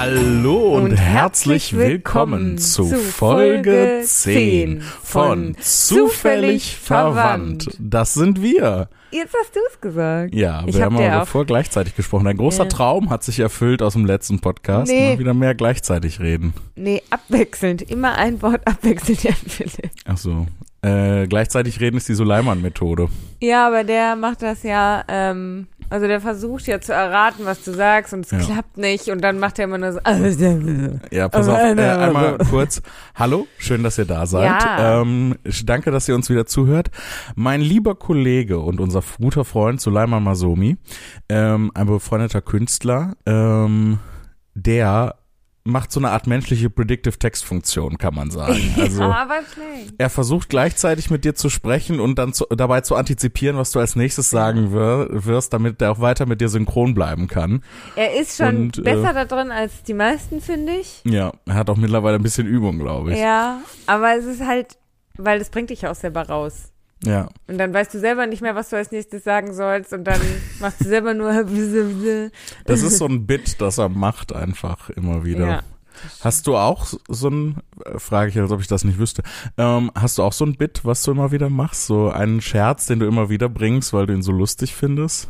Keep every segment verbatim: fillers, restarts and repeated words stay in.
Hallo und, und herzlich willkommen, willkommen zu Folge zehn von Zufällig Verwandt. Das sind wir. Jetzt hast du es gesagt. Ja, ich wir hab haben aber davor gleichzeitig gesprochen. Ein großer ja. Traum hat sich erfüllt aus dem letzten Podcast. Nee. Mal wieder mehr gleichzeitig reden. Nee, abwechselnd. Immer ein Wort abwechselnd, Jan Philipp. Ach so. Äh, gleichzeitig reden ist die Suleiman-Methode. Ja, aber der macht das ja, ähm, also der versucht ja zu erraten, was du sagst und es ja. klappt nicht und dann macht er immer nur so. Ja, pass auf, äh, einmal kurz. Hallo, schön, dass ihr da seid. Ja. Ähm, danke, dass ihr uns wieder zuhört. Mein lieber Kollege und unser guter Freund Suleiman Masomi, ähm, ein befreundeter Künstler, ähm, der macht so eine Art menschliche Predictive-Text-Funktion, kann man sagen. Also, ja, aber schlecht. Er versucht gleichzeitig mit dir zu sprechen und dann zu, dabei zu antizipieren, was du als nächstes sagen wir, wirst, damit er auch weiter mit dir synchron bleiben kann. Er ist schon und, besser äh, da drin als die meisten, finde ich. Ja, er hat auch mittlerweile ein bisschen Übung, glaube ich. Ja, aber es ist halt, weil das bringt dich ja auch selber raus. Ja. Und dann weißt du selber nicht mehr, was du als nächstes sagen sollst und dann machst du selber nur Das ist so ein Bit, das er macht einfach immer wieder. Ja. Hast du auch so ein, frage ich, als ob ich das nicht wüsste, ähm, hast du auch so ein Bit, was du immer wieder machst? So einen Scherz, den du immer wieder bringst, weil du ihn so lustig findest?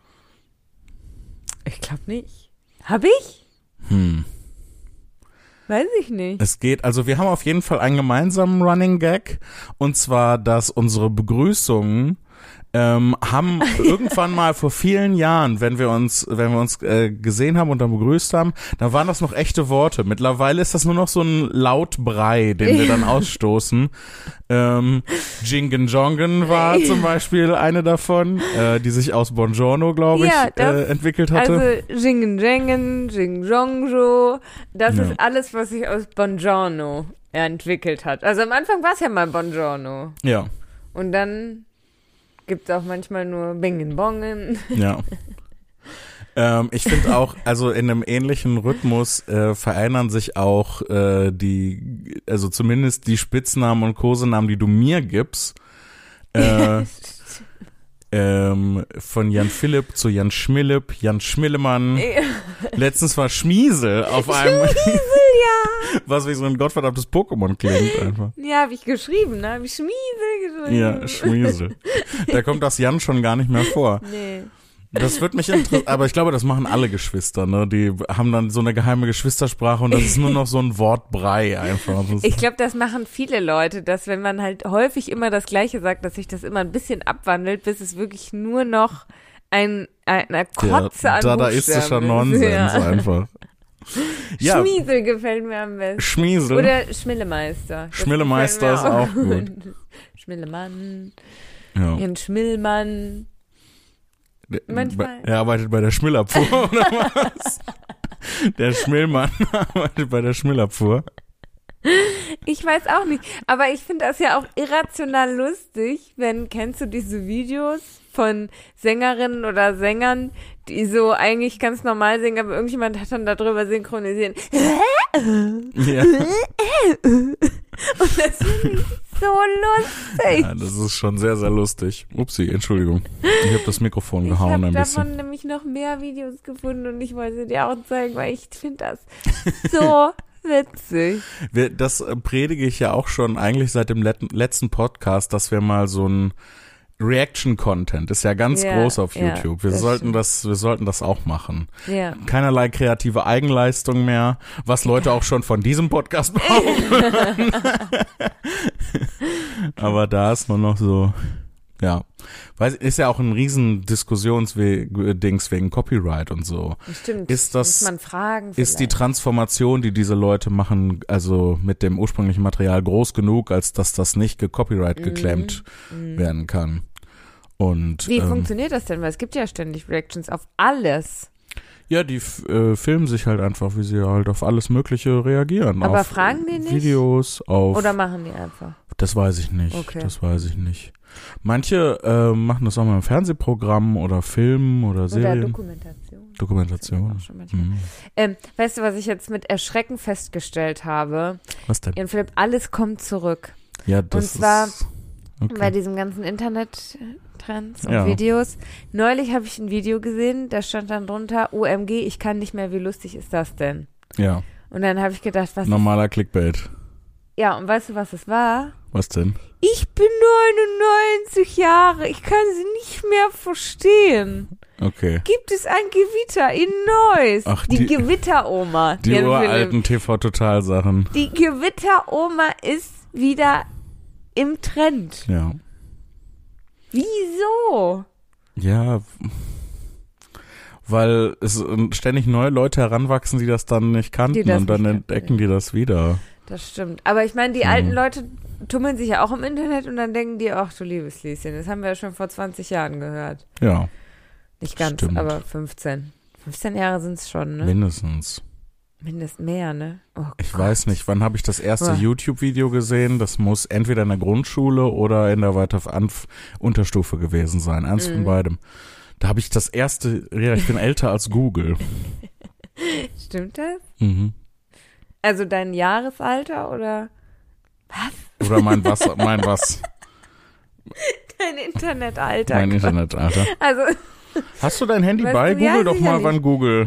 Ich glaube nicht. Hab ich? Hm. Weiß ich nicht. Es geht, also wir haben auf jeden Fall einen gemeinsamen Running Gag und zwar, dass unsere Begrüßungen ähm, haben irgendwann mal vor vielen Jahren, wenn wir uns, wenn wir uns äh, gesehen haben und dann begrüßt haben, da waren das noch echte Worte. Mittlerweile ist das nur noch so ein Lautbrei, den wir dann ausstoßen. Ähm, Jingen Jongen war zum Beispiel eine davon, äh, die sich aus Buongiorno, glaube ich, ja, das, äh, entwickelt hatte. Also Jingen Jongen, Jing Jongjo, das Ja. ist alles, was sich aus Buongiorno entwickelt hat. Also am Anfang war es ja mal Buongiorno. Ja. Und dann gibt's auch manchmal nur Bingen Bongen. Ja. ähm, ich finde auch, also in einem ähnlichen Rhythmus äh, verändern sich auch äh, die, also zumindest die Spitznamen und Kosenamen, die du mir gibst. Äh, ähm, von Jan Philipp zu Jan Schmillip, Jan Schmillemann. Letztens war Schmiesel auf einem. Schmiesel, ja. Was wie so ein gottverdammtes Pokémon klingt einfach. Ja, habe ich geschrieben, ne? Habe ich Schmiesel geschrieben. Ja, Schmiesel. Da kommt das Jan schon gar nicht mehr vor. Nee. Das wird mich interessieren, aber ich glaube, das machen alle Geschwister, ne? Die haben dann so eine geheime Geschwistersprache und das ist nur noch so ein Wortbrei einfach. Ich glaube, das machen viele Leute, dass wenn man halt häufig immer das Gleiche sagt, dass sich das immer ein bisschen abwandelt, bis es wirklich nur noch ein, ein eine Kotze an dadaistischer Nonsens ja. einfach. Ja. Schmiesel gefällt mir am besten. Schmiesel? Oder Schmillemeister. Das Schmillemeister ist auch gut. Schmillemann. Ja. Ein Schmillmann. Manchmal. Er arbeitet bei der Schmillabfuhr, oder was? Der Schmillmann arbeitet bei der Schmillabfuhr. Ich weiß auch nicht, aber ich finde das ja auch irrational lustig, wenn, kennst du diese Videos von Sängerinnen oder Sängern, die so eigentlich ganz normal singen, aber irgendjemand hat dann darüber synchronisiert. Ja. Und das finde ich so lustig. Ja, das ist schon sehr, sehr lustig. Upsi, Entschuldigung. Ich habe das Mikrofon gehauen ein bisschen. Ich habe davon nämlich noch mehr Videos gefunden und ich wollte sie dir auch zeigen, weil ich finde das so witzig. Wir, das predige ich ja auch schon eigentlich seit dem let- letzten Podcast, dass wir mal so ein Reaction-Content ist ja ganz ja, groß auf ja, YouTube. Wir das sollten stimmt. das, wir sollten das auch machen. Ja. Keinerlei kreative Eigenleistung mehr, was Leute auch schon von diesem Podcast brauchen. Aber da ist nur noch so, ja, weil ist ja auch ein riesen Diskussionsdings wegen Copyright und so. Stimmt. Ist das, muss man fragen ist die Transformation, die diese Leute machen, also mit dem ursprünglichen Material groß genug, als dass das nicht gecopyright geclaimt mm, mm. werden kann? Und wie ähm, funktioniert das denn? Weil es gibt ja ständig Reactions auf alles. Ja, die äh, filmen sich halt einfach, wie sie halt auf alles Mögliche reagieren. Aber auf fragen die nicht? Videos, auf... Oder machen die einfach? Das weiß ich nicht, Okay. das weiß ich nicht. Manche äh, machen das auch mal im Fernsehprogramm oder Filmen oder Serien. Oder Dokumentation. Dokumentation. Auch schon manchmal. Mhm. Ähm, weißt du, was ich jetzt mit Erschrecken festgestellt habe? Was denn? Jan Philipp, alles kommt zurück. Ja, das Und zwar ist... Okay. bei diesem ganzen Internet-Trends und Ja. Videos. Neulich habe ich ein Video gesehen, da stand dann drunter, O M G, ich kann nicht mehr, wie lustig ist das denn? Ja. Und dann habe ich gedacht, was Normaler Clickbait. Ja, und weißt du, was es war? Was denn? Ich bin neunundneunzig Jahre, ich kann sie nicht mehr verstehen. Okay. Gibt es ein Gewitter in Neuss? Ach, die, die- die Gewitteroma. Die Jan uralten Philipp. T V-Total-Sachen. Die Gewitteroma ist wieder im Trend. Ja. Wieso? Ja, weil es ständig neue Leute heranwachsen, die das dann nicht kannten Die das und dann nicht kannten, entdecken die das wieder. Das stimmt. Aber ich meine, die Hm. alten Leute tummeln sich ja auch im Internet und dann denken die, ach du liebes Lieschen, das haben wir ja schon vor zwanzig Jahren gehört. Ja, Nicht ganz, Stimmt. aber fünfzehn. fünfzehn Jahre sind es schon, ne? mindestens. Mindestens mehr, ne? Oh Ich Gott. weiß nicht, wann habe ich das erste Boah. YouTube-Video gesehen? Das muss entweder in der Grundschule oder in der weiter Anf- Unterstufe gewesen sein. Eins von Mhm. beidem. Da habe ich das erste, ja, ich bin älter als Google. Stimmt das? Mhm. Also dein Jahresalter oder Oder mein was, mein was, dein Internetalter? mein Internetalter. Also, Hast du dein Handy Weißt bei? du, ja, Google doch mal, sicherlich. wann Google.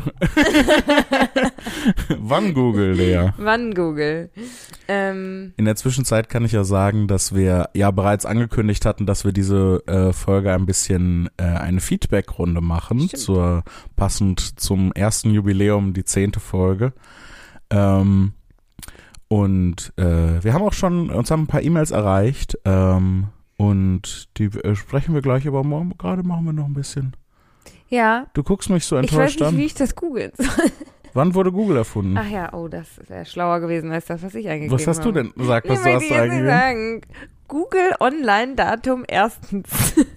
Wann Google, Lea? wann Google? Ähm, In der Zwischenzeit kann ich ja sagen, dass wir ja bereits angekündigt hatten, dass wir diese äh, Folge ein bisschen äh, eine Feedback-Runde machen, Stimmt. zur passend zum ersten Jubiläum, die zehnte Folge. Ähm, und äh, wir haben auch schon, uns haben ein paar E-Mails erreicht ähm, und die äh, sprechen wir gleich, aber morgen gerade machen wir noch ein bisschen. ja, Du guckst mich so ich weiß enttäuscht nicht, an. wie ich das googeln soll. Wann wurde Google erfunden? Ach ja, oh, das wäre schlauer gewesen als das, was ich eingegeben Was hast du habe. denn gesagt? Nee, Was du möchte hast ich du jetzt nicht eingegeben? sagen. Google Online-Datum erstens.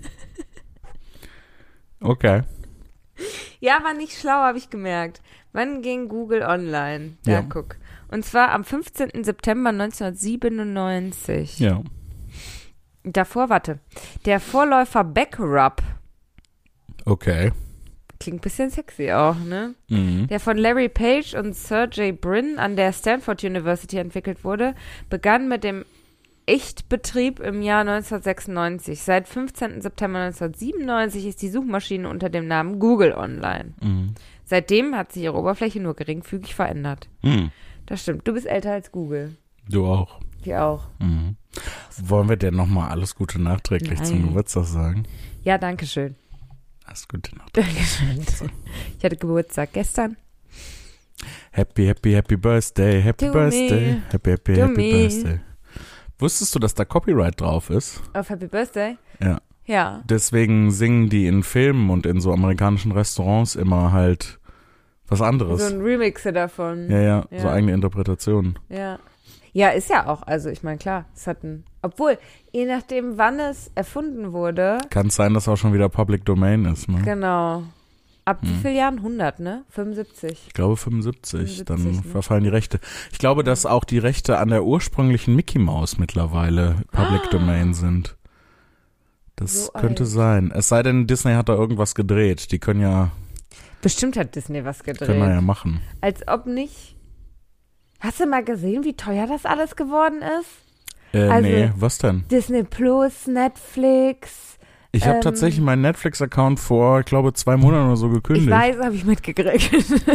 Okay. Ja, war nicht schlau, habe ich gemerkt. Wann ging Google online? Da, Ja. guck. Und zwar am fünfzehnten September neunzehnhundertsiebenundneunzig. Ja. Davor, warte. Der Vorläufer Backrub. Okay. Klingt ein bisschen sexy auch, ne? Mhm. Der von Larry Page und Sergey Brin an der Stanford University entwickelt wurde, begann mit dem Echtbetrieb im Jahr neunzehnhundertsechsundneunzig. Seit fünfzehnten September neunzehnhundertsiebenundneunzig ist die Suchmaschine unter dem Namen Google online. Mhm. Seitdem hat sich ihre Oberfläche nur geringfügig verändert. Mhm. Das stimmt. Du bist älter als Google. Du auch. Ich auch. Mhm. Wollen wir dir nochmal alles Gute nachträglich Nein. zum Geburtstag sagen? Ja, danke schön. Alles Gute Nacht. Dankeschön. Ich hatte Geburtstag gestern. Happy, happy, happy Birthday, happy To Birthday, me. happy, happy, To happy me. Birthday. Wusstest du, dass da Copyright drauf ist? Auf Happy Birthday? Ja. Ja. Deswegen singen die in Filmen und in so amerikanischen Restaurants immer halt was anderes. So ein Remixe davon. ja, ja, so Ja. eigene Interpretationen. Ja. Ja, ist ja auch. Also ich meine, klar, es hat ein. Obwohl, je nachdem, wann es erfunden wurde, Kann es sein, dass auch schon wieder Public Domain ist, ne? genau. Ab wie Hm. vielen Jahren? hundert, ne? fünfundsiebzig. Ich glaube fünfundsiebzig, dann fünfundsiebzig, ne? verfallen die Rechte. Ich glaube, dass auch die Rechte an der ursprünglichen Mickey Mouse mittlerweile Public Ah. Domain sind. Das So könnte alt. sein. Es sei denn, Disney hat da irgendwas gedreht. Die können ja, Bestimmt hat Disney was gedreht. können wir ja machen. Als ob nicht. Hast du mal gesehen, wie teuer das alles geworden ist? Äh, Also- nee, was denn? Disney Plus, Netflix. Ich habe ähm, tatsächlich meinen Netflix-Account vor, ich glaube, zwei Monaten oder so gekündigt. Ich weiß, habe ich mitgekriegt.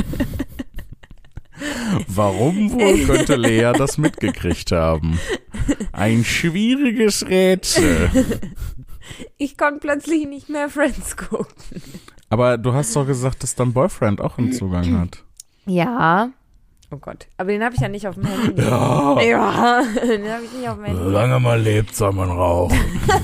Warum wohl könnte Lea das mitgekriegt haben? Ein schwieriges Rätsel. Ich konnte plötzlich nicht mehr Friends gucken. Aber du hast doch gesagt, dass dein Boyfriend auch einen Zugang hat. Ja. Oh Gott. Aber den habe ich ja nicht auf dem Handy. Ja. Ja, den habe ich nicht auf dem Handy. Solange man lebt, soll man rauchen.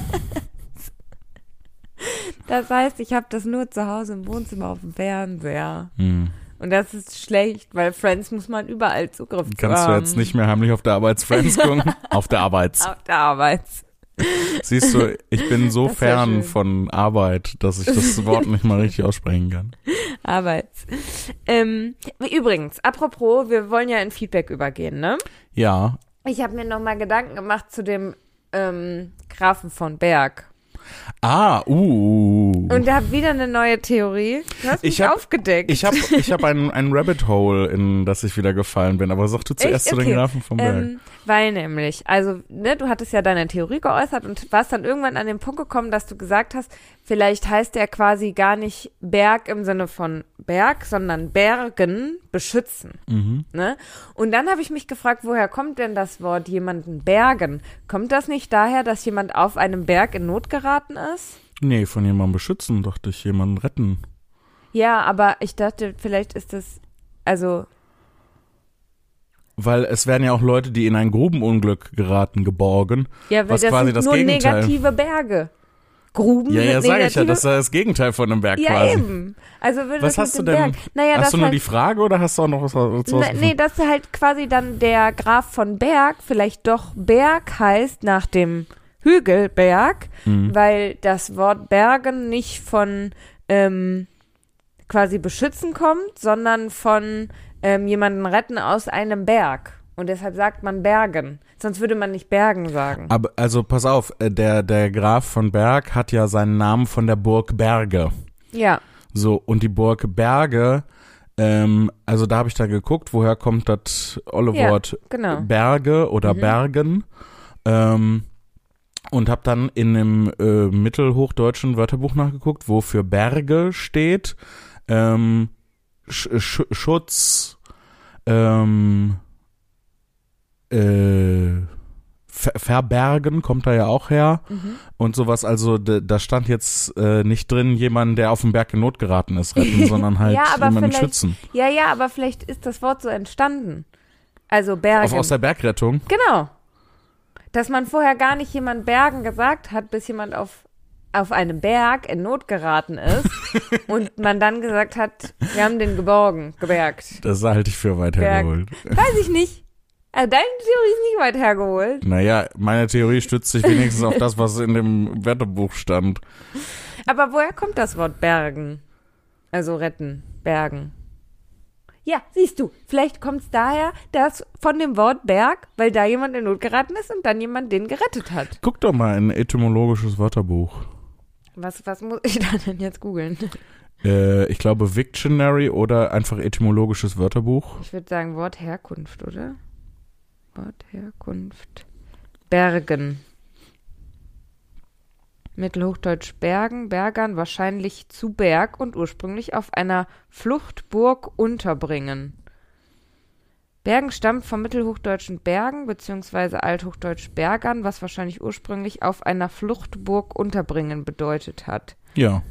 Das heißt, ich habe das nur zu Hause im Wohnzimmer auf dem Fernseher. Hm. Und das ist schlecht, weil Friends muss man überall Zugriff zu Kannst du haben. jetzt nicht mehr heimlich auf der Arbeitsfriends gucken? Auf der Arbeits. Auf der Arbeit. Siehst du, ich bin so Das wär fern schön. von Arbeit, dass ich das Wort nicht mal richtig aussprechen kann. Arbeits. Ähm, übrigens, apropos, wir wollen ja in Feedback übergehen, ne? Ja, Ich habe mir nochmal Gedanken gemacht zu dem ähm, Grafen von Berg. Ah, uh. Und ihr habt wieder eine neue Theorie. Du hast mich Ich hab- aufgedeckt. Ich habe ich hab ein, ein Rabbit Hole, in das ich wieder gefallen bin. Aber sag du zuerst Echt? zu den Okay. Grafen vom Berg. Ähm, weil nämlich, also, ne, du hattest ja deine Theorie geäußert und warst dann irgendwann an den Punkt gekommen, dass du gesagt hast, vielleicht heißt der quasi gar nicht Berg im Sinne von Berg, sondern Bergen beschützen. Mhm. Ne? Und dann habe ich mich gefragt, woher kommt denn das Wort jemanden bergen? Kommt das nicht daher, dass jemand auf einem Berg in Not geraten ist? Nee, von jemandem beschützen, dachte ich, jemanden retten. Ja, aber ich dachte, vielleicht ist das, also, Weil es werden ja auch Leute, die in ein Grubenunglück geraten, geborgen. ja, weil Was das quasi sind das nur Gegenteil. negative Berge. Gruben Ja, ja, sind sag ich ja, negative das ist ja das Gegenteil von einem Berg Ja, quasi. eben. Also würde Was das hast mit du dem denn? Berg. Naja, Hast das du nur halt, die Frage oder hast du auch noch was, was ne, nee, dass halt quasi dann der Graf von Berg vielleicht doch Berg heißt nach dem Hügelberg, Mhm. weil das Wort Bergen nicht von ähm, quasi beschützen kommt, sondern von ähm, jemanden retten aus einem Berg. Und deshalb sagt man Bergen. Sonst würde man nicht Bergen sagen. Aber also pass auf, äh, der der Graf von Berg hat ja seinen Namen von der Burg Berge. Ja. So, und die Burg Berge, ähm, also da habe ich da geguckt, woher kommt das olle Ja, Wort genau. Berge oder Mhm. Bergen. Ähm, und habe dann in dem äh, mittelhochdeutschen Wörterbuch nachgeguckt, wo für Berge steht. Ähm, Sch Sch Schutz, ähm, äh, Ver Verbergen kommt da ja auch her Mhm. und sowas. Also d- da stand jetzt äh, nicht drin, jemanden, der auf dem Berg in Not geraten ist, retten, sondern halt Ja, aber jemanden vielleicht- schützen. Ja, ja, aber vielleicht ist das Wort so entstanden. Also Bergen. Auf, aus der Bergrettung. Genau. Dass man vorher gar nicht jemand Bergen gesagt hat, bis jemand auf, auf einem Berg in Not geraten ist und man dann gesagt hat, wir haben den geborgen, gebergt. Das halte ich für weit Berg. hergeholt. Weiß ich nicht. Also deine Theorie ist nicht weit hergeholt. Naja, meine Theorie stützt sich wenigstens auf das, was in dem Wörterbuch stand. Aber woher kommt das Wort Bergen? Also retten, bergen. Ja, siehst du, vielleicht kommt es daher, dass von dem Wort Berg, weil da jemand in Not geraten ist und dann jemand den gerettet hat. Guck doch mal in ein etymologisches Wörterbuch. Was, was muss ich da denn jetzt googeln? Äh, ich glaube Wiktionary oder einfach etymologisches Wörterbuch. Ich würde sagen Wortherkunft, oder? Wortherkunft. Bergen. Mittelhochdeutsch Bergen, Bergern, wahrscheinlich zu Berg und ursprünglich auf einer Fluchtburg unterbringen. Bergen stammt vom mittelhochdeutschen Bergen bzw. althochdeutsch Bergern, was wahrscheinlich ursprünglich auf einer Fluchtburg unterbringen bedeutet hat. Ja.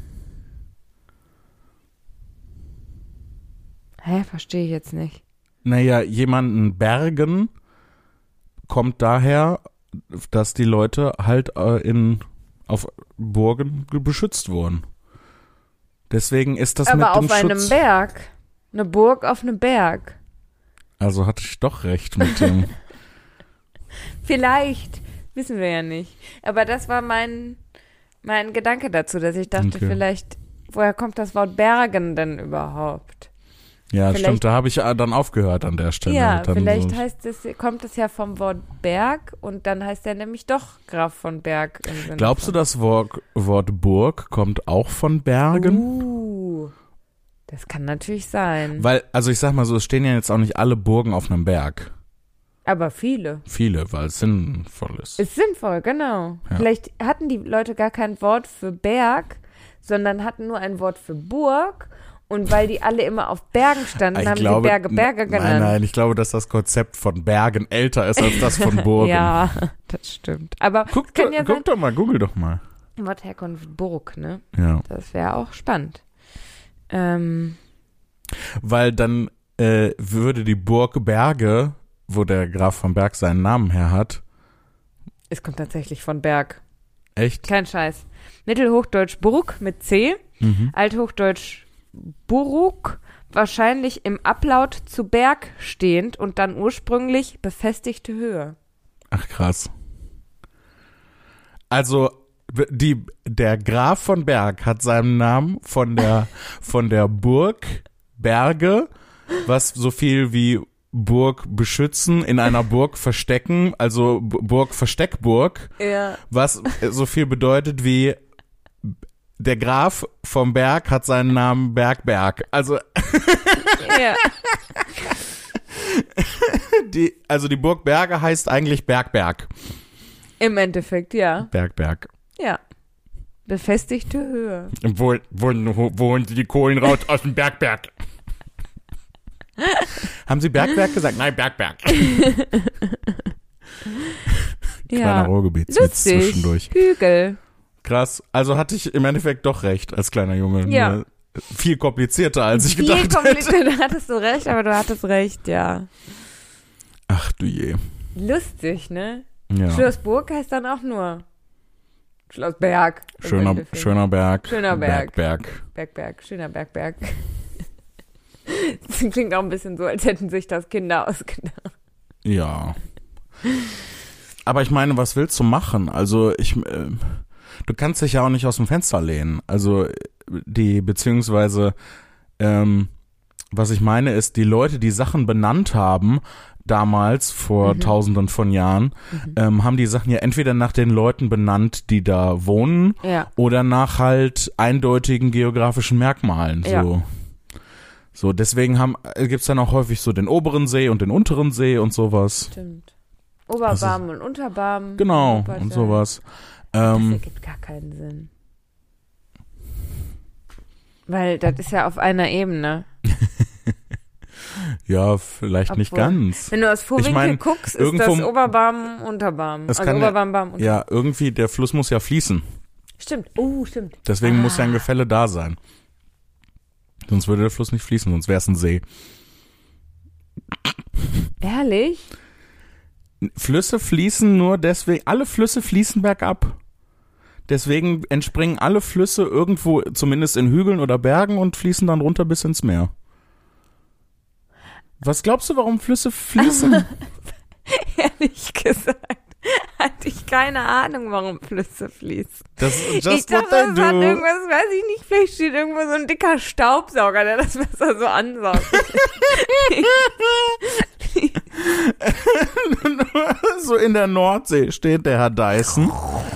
Hä, verstehe ich jetzt nicht. Naja, jemanden bergen kommt daher, dass die Leute halt äh, in auf Burgen ge- beschützt wurden. Deswegen ist das Aber mit dem auf einem Schutz. Berg. Eine Burg auf einem Berg. Also hatte ich doch recht mit dem. Vielleicht, wissen wir ja nicht. Aber das war mein, mein Gedanke dazu, dass ich dachte, Okay. vielleicht, woher kommt das Wort Bergen denn überhaupt? Ja, Vielleicht- stimmt, da habe ich äh, dann aufgehört an der Stelle. ja, dann vielleicht so. heißt es, kommt es ja vom Wort Berg und dann heißt er nämlich doch Graf von Berg. Im Sinne Glaubst du, von, das Wort, Wort Burg kommt auch von Bergen? Uh, das kann natürlich sein. Weil, also ich sag mal so, es stehen ja jetzt auch nicht alle Burgen auf einem Berg. Aber viele. Viele, weil es sinnvoll ist. Ist sinnvoll, genau. Ja. Vielleicht hatten die Leute gar kein Wort für Berg, sondern hatten nur ein Wort für Burg. Und weil die alle immer auf Bergen standen, Ich haben glaube- sie Berge Berge genannt. Nein, nein, ich glaube, dass das Konzept von Bergen älter ist als das von Burgen. Ja, das stimmt. Aber Guck, es kann doch, ja guck doch mal, google doch mal. sein, Wortherkunft Burg, ne? Ja, Das wäre auch spannend. Ähm, weil dann äh, würde die Burg Berge, wo der Graf von Berg seinen Namen her hat, es kommt tatsächlich von Berg. echt? Kein Scheiß. Mittelhochdeutsch Burg mit C, Mhm. Althochdeutsch Burg, wahrscheinlich im Ablaut zu Berg stehend und dann ursprünglich befestigte Höhe. Ach krass. Also die, der Graf von Berg hat seinen Namen von der von der Burg Berge, was so viel wie Burg beschützen, in einer Burg verstecken, also B- Burg Versteckburg, Ja. was so viel bedeutet wie der Graf vom Berg hat seinen Namen Bergberg. Also Ja. die, also die Burg Berge heißt eigentlich Bergberg. Im Endeffekt, ja. Bergberg. Ja. Befestigte Höhe. Wo, wo, wo holen Sie die Kohlen raus aus dem Bergberg? Haben Sie Bergberg gesagt? Nein, Bergberg. Kleiner Ja. Ruhrgebietswitz Lustig. zwischendurch. Hügel. Krass. Also hatte ich im Endeffekt doch recht als kleiner Junge. Ja. Nur viel komplizierter, als ich Viel gedacht hätte. komplizierter, da hattest du recht, aber du hattest recht, ja. Ach du je. Lustig, ne? Ja. Schlossburg heißt dann auch nur Schlossberg. im Schöner, Endeffekt. schöner Berg. Schöner Berg. Bergberg. Bergberg, schöner Bergberg. Das klingt auch ein bisschen so, als hätten sich das Kinder ausgedacht. Ja. Aber ich meine, was willst du machen? Also ich, äh, du kannst dich ja auch nicht aus dem Fenster lehnen. Also die, beziehungsweise, ähm, was ich meine ist, die Leute, die Sachen benannt haben, damals, vor Mhm. tausenden von Jahren, Mhm. ähm, haben die Sachen ja entweder nach den Leuten benannt, die da wohnen, Ja. oder nach halt eindeutigen geografischen Merkmalen. So. Ja. So, deswegen haben, äh, gibt's dann auch häufig so den oberen See und den unteren See und sowas. Stimmt. Oberbarm und Unterbarm. Genau, Wuppertal. und sowas. Das Ähm, ergibt gar keinen Sinn. Weil das ist ja auf einer Ebene. ja, vielleicht nicht Obwohl, ganz. Wenn du aus Vorwinkel mein, guckst, ist irgendwo- das Oberbarm, Unterbarm. Das also kann ja- Oberbarm, Barm, Unterbarm. Ja, irgendwie, der Fluss muss ja fließen. Stimmt. Oh, stimmt. Deswegen Ah. muss ja ein Gefälle da sein. Sonst würde der Fluss nicht fließen, sonst wäre es ein See. Ehrlich? Flüsse fließen nur deswegen, alle Flüsse fließen bergab. Deswegen entspringen alle Flüsse irgendwo, zumindest in Hügeln oder Bergen, und fließen dann runter bis ins Meer. Was glaubst du, warum Flüsse fließen? Ehrlich gesagt hatte ich keine Ahnung, warum Flüsse fließen. Das ist Ich just dachte, what they das hat do. irgendwas, weiß ich nicht, vielleicht steht irgendwo so ein dicker Staubsauger, der das Wasser so ansaugt. So in der Nordsee steht der Herr Dyson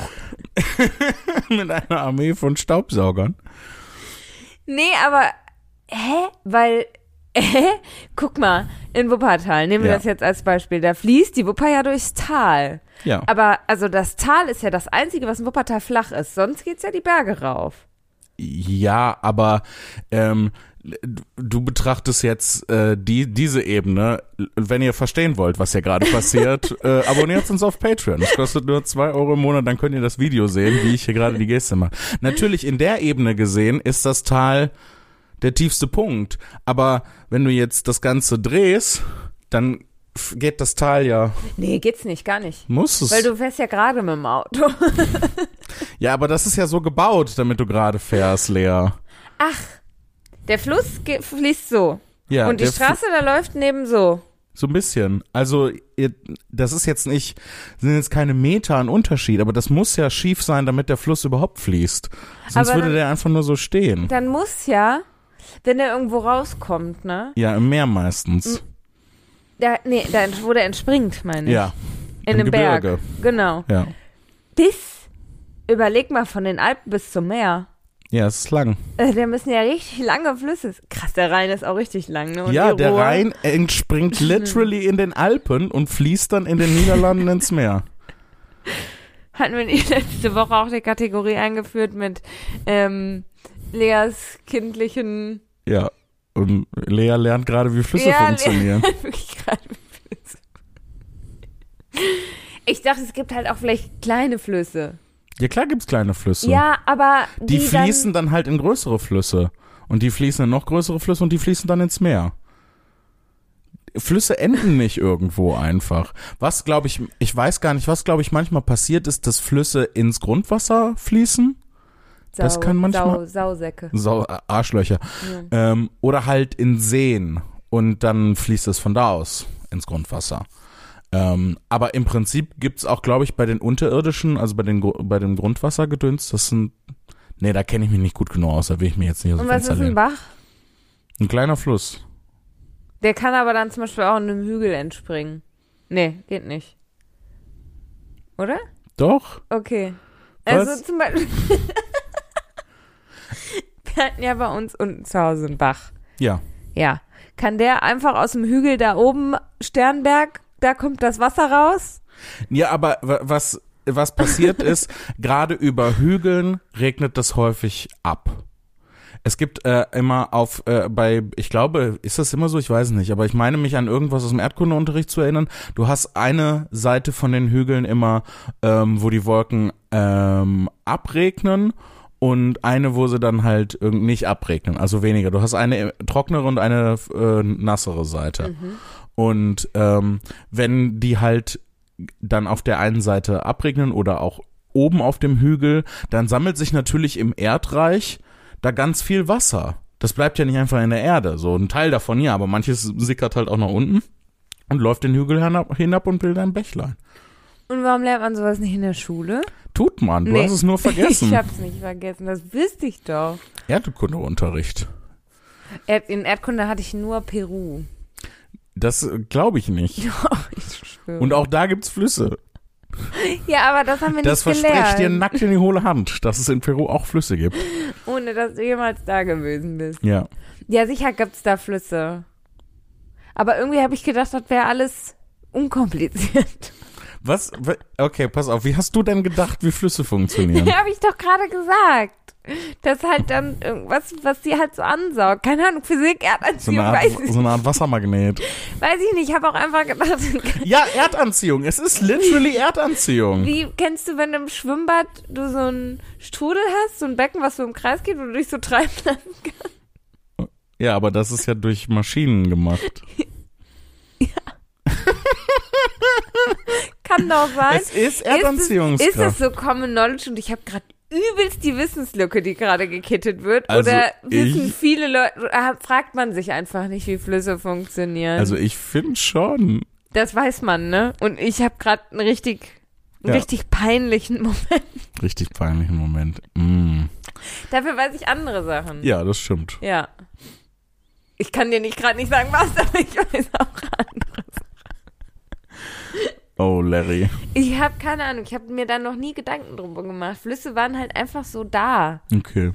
mit einer Armee von Staubsaugern. Nee, aber, hä? Weil, hä? Guck mal, in Wuppertal, nehmen wir Ja. das jetzt als Beispiel, da fließt die Wupper ja durchs Tal. Ja. Aber, also das Tal ist ja das Einzige, was in Wuppertal flach ist, sonst geht's ja die Berge rauf. Ja, aber ähm, du betrachtest jetzt äh, die diese Ebene. Wenn ihr verstehen wollt, was hier gerade passiert, äh, abonniert uns auf Patreon. Das kostet nur zwei Euro im Monat, dann könnt ihr das Video sehen, wie ich hier gerade die Geste mache. Natürlich, in der Ebene gesehen ist das Tal der tiefste Punkt. Aber wenn du jetzt das Ganze drehst, dann f- geht das Tal ja, Nee, geht's nicht, gar nicht. muss es. Weil du fährst ja gerade mit dem Auto. Ja, aber das ist ja so gebaut, damit du gerade fährst, Lea. Ach, der Fluss ge- fließt so. Ja, Und die der F- Straße, da läuft neben so. So ein bisschen. Also, ihr, das ist jetzt nicht, sind jetzt keine Meter an Unterschied, aber das muss ja schief sein, damit der Fluss überhaupt fließt. Sonst Aber würde dann- der einfach nur so stehen. Dann muss ja, wenn der irgendwo rauskommt, ne? Ja, im Meer meistens. Da, nee, da, wo der entspringt, meine ich. Ja. In im dem Berg. Gebirge. Genau. Ja. Bis, überleg mal, von den Alpen bis zum Meer. Ja, es ist lang. Äh, da müssen ja richtig lange Flüsse. Krass, der Rhein ist auch richtig lang, ne? Und Ja, die der Ruhr- Rhein entspringt literally in den Alpen und fließt dann in den Niederlanden ins Meer. Hatten wir nicht letzte Woche auch die Kategorie eingeführt mit ähm, Leas kindlichen. Ja. Und Lea lernt gerade, wie Flüsse Ja, Lea- funktionieren. Wirklich gerade wie Flüsse. Ich dachte, es gibt halt auch vielleicht kleine Flüsse. Ja, klar gibt's kleine Flüsse. Ja, aber Die, die, fließen dann, dann, halt in größere Flüsse. Und die fließen in noch größere Flüsse und die fließen dann ins Meer. Flüsse enden nicht irgendwo einfach. Was, glaube ich, ich weiß gar nicht, was, glaube ich, manchmal passiert ist, dass Flüsse ins Grundwasser fließen. das kann manchmal- Sau, Sausäcke. Sau, äh, Arschlöcher. Ähm, oder halt in Seen. Und dann fließt es von da aus ins Grundwasser. Ähm, aber im Prinzip gibt's auch, glaube ich, bei den unterirdischen, also bei, den, Gru- bei dem Grundwassergedöns, das sind, nee, da kenne ich mich nicht gut genug aus, da will ich mir jetzt nicht aus dem Und was Fenster ist ein lehnen. Bach? Ein kleiner Fluss. Der kann aber dann zum Beispiel auch in einem Hügel entspringen. Nee, geht nicht. Oder? Doch. Okay. Was? Also zum Beispiel. Wir hatten ja bei uns unten zu Hause einen Bach. Ja. Ja. Kann der einfach aus dem Hügel da oben, Sternberg, da kommt das Wasser raus? Ja, aber wa- was, was passiert ist, gerade über Hügeln regnet das häufig ab. Es gibt äh, immer auf, äh, bei, ich glaube, ist das immer so? Ich weiß es nicht, aber ich meine mich an irgendwas aus dem Erdkundeunterricht zu erinnern. Du hast eine Seite von den Hügeln immer, ähm, wo die Wolken ähm, abregnen und eine, wo sie dann halt irgend nicht abregnen, also weniger. Du hast eine trocknere und eine äh, nassere Seite. Mhm. Und ähm, wenn die halt dann auf der einen Seite abregnen oder auch oben auf dem Hügel, dann sammelt sich natürlich im Erdreich da ganz viel Wasser. Das bleibt ja nicht einfach in der Erde. So ein Teil davon ja, aber manches sickert halt auch nach unten und läuft den Hügel hinab, hinab und bildet ein Bächlein. Und warum lernt man sowas nicht in der Schule? Tut man, du Nee. hast es nur vergessen. Ich hab's nicht vergessen, das wüsste ich doch. Erdkundeunterricht. Erd- In Erdkunde hatte ich nur Peru. Das glaube ich nicht. Ich schwöre. Und auch da gibt's Flüsse. Ja, aber das haben wir Das nicht verspreche ich dir gelernt. nackt in die hohle Hand, dass es in Peru auch Flüsse gibt. Ohne, dass du jemals da gewesen bist. Ja. Ja, sicher gibt's da Flüsse. Aber irgendwie habe ich gedacht, das wäre alles unkompliziert. Was? Okay, pass auf. Wie hast du denn gedacht, wie Flüsse funktionieren? Ja, habe ich doch gerade gesagt. Das halt dann irgendwas, was die halt so ansaugt. Keine Ahnung, Physik, So Erdanziehung, eine, Art, weiß ich so eine Art Wassermagnet. Weiß ich nicht, ich habe auch einfach gedacht, Ja, Erdanziehung. Es ist literally Erdanziehung. wie kennst du, wenn du im Schwimmbad du so einen Strudel hast, so ein Becken, was so im Kreis geht, wo du dich so treiben lassen kannst? Ja, aber das ist ja durch Maschinen gemacht. Kann doch sein. Es ist Erdanziehungskraft. Ist es so Common Knowledge und ich habe gerade übelst die Wissenslücke, die gerade gekittet wird? Also Oder wissen ich- viele Leute, äh, fragt man sich einfach nicht, wie Flüsse funktionieren? Also ich finde schon. Das weiß man, ne? Und ich habe gerade einen richtig, einen Ja. richtig peinlichen Moment. Richtig peinlichen Moment. Mm. Dafür weiß ich andere Sachen. Ja, das stimmt. Ja. Ich kann dir nicht gerade nicht sagen, was, aber ich weiß auch anderes. Oh, Larry. Ich habe keine Ahnung, ich habe mir da noch nie Gedanken drüber gemacht. Flüsse waren halt einfach so da. Okay.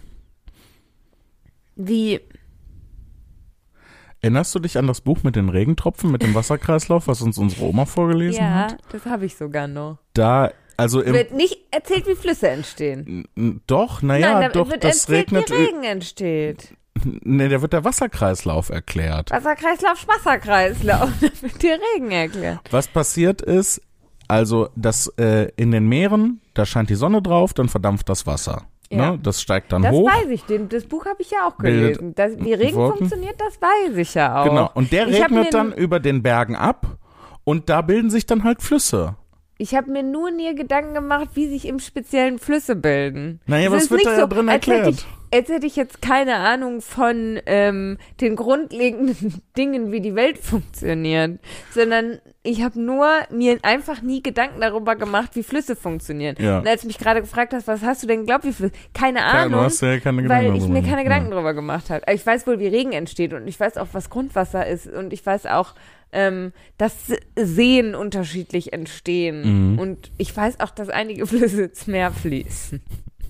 Wie, Erinnerst du dich an das Buch mit den Regentropfen, mit dem Wasserkreislauf, was uns unsere Oma vorgelesen ja, hat? das habe ich sogar noch. Da, also im... Wird nicht erzählt, wie Flüsse entstehen. N- Doch, naja, Nein, da doch, wird das erzählt, regnet... wie Regen entsteht. Nee, da wird der Wasserkreislauf erklärt. Wasserkreislauf, Wasserkreislauf. Da wird dir Regen erklärt. Was passiert ist, also das äh, in den Meeren, da scheint die Sonne drauf, dann verdampft das Wasser. Ja. Ne? Das steigt dann Das hoch. weiß ich, den, das Buch habe ich ja auch Bildet gelesen. Das, wie Regen Wolken. funktioniert, das weiß ich ja auch. Genau. Und der Ich hab regnet mir- dann über den Bergen ab und da bilden sich dann halt Flüsse. Ich habe mir nur nie Gedanken gemacht, wie sich im Speziellen Flüsse bilden. Naja, Es was ist wird nicht da so, ja drin als hätte erklärt? Ich, als hätte ich jetzt keine Ahnung von ähm, den grundlegenden Dingen, wie die Welt funktioniert, sondern ich habe nur mir einfach nie Gedanken darüber gemacht, wie Flüsse funktionieren. Ja. Und als du mich gerade gefragt hast, was hast du denn geglaubt, wie Flüsse? Keine Klar, Ahnung. du hast ja keine Gedanken Weil ich darüber mir gemacht. keine Gedanken Ja. drüber gemacht habe. Ich weiß wohl, wie Regen entsteht und ich weiß auch, was Grundwasser ist und ich weiß auch, ähm, dass Seen unterschiedlich entstehen. Mhm. Und ich weiß auch, dass einige Flüsse ins Meer fließen.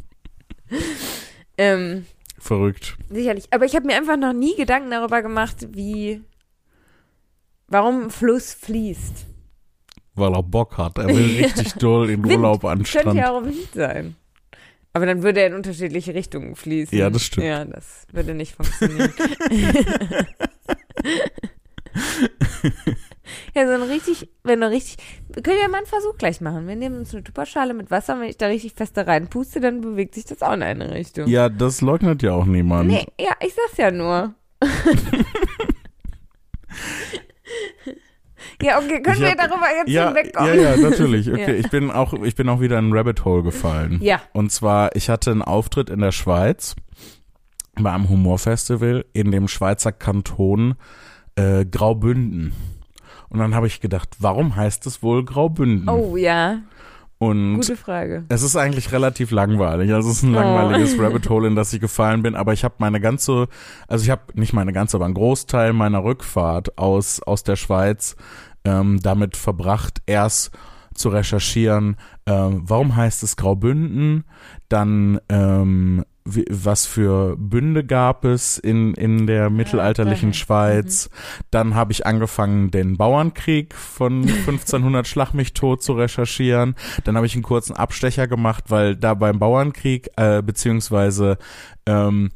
ähm, Verrückt. sicherlich. Aber ich habe mir einfach noch nie Gedanken darüber gemacht, wie, warum ein Fluss fließt. Weil er Bock hat. Er will richtig doll in Wind. Urlaub an den Könnte Strand. ja auch Wind sein. Aber dann würde er in unterschiedliche Richtungen fließen. Ja, das stimmt. Ja, das würde nicht funktionieren. Ja, so ein richtig, wenn du richtig, wir können ja mal einen Versuch gleich machen. Wir nehmen uns eine Tupperschale mit Wasser, wenn ich da richtig fest da reinpuste, dann bewegt sich das auch in eine Richtung. Ja, das leugnet ja auch niemand. Nee, ja, ich sag's ja nur. Ja, okay, können Ich wir hab- darüber jetzt Ja, hinwegkommen? ja, ja, natürlich. Okay, Ja. ich bin auch, ich bin auch wieder in ein Rabbit Hole gefallen. Ja. Und zwar, ich hatte einen Auftritt in der Schweiz bei einem Humorfestival in dem Schweizer Kanton äh, Graubünden. Und dann habe ich gedacht, warum heißt es wohl Graubünden? Oh, ja. Und Gute Frage. es ist eigentlich relativ langweilig. Also es ist ein Oh. langweiliges Rabbit Hole, in das ich gefallen bin. Aber ich habe meine ganze, also ich habe nicht meine ganze, aber einen Großteil meiner Rückfahrt aus aus der Schweiz ähm, damit verbracht, erst zu recherchieren, ähm, warum heißt es Graubünden, dann ähm, wie, was für Bünde gab es in in der mittelalterlichen okay. Schweiz. Dann habe ich angefangen, den Bauernkrieg von fünfzehnhundert Schlag mich tot zu recherchieren. Dann habe ich einen kurzen Abstecher gemacht, weil da beim Bauernkrieg, äh, beziehungsweise ähm,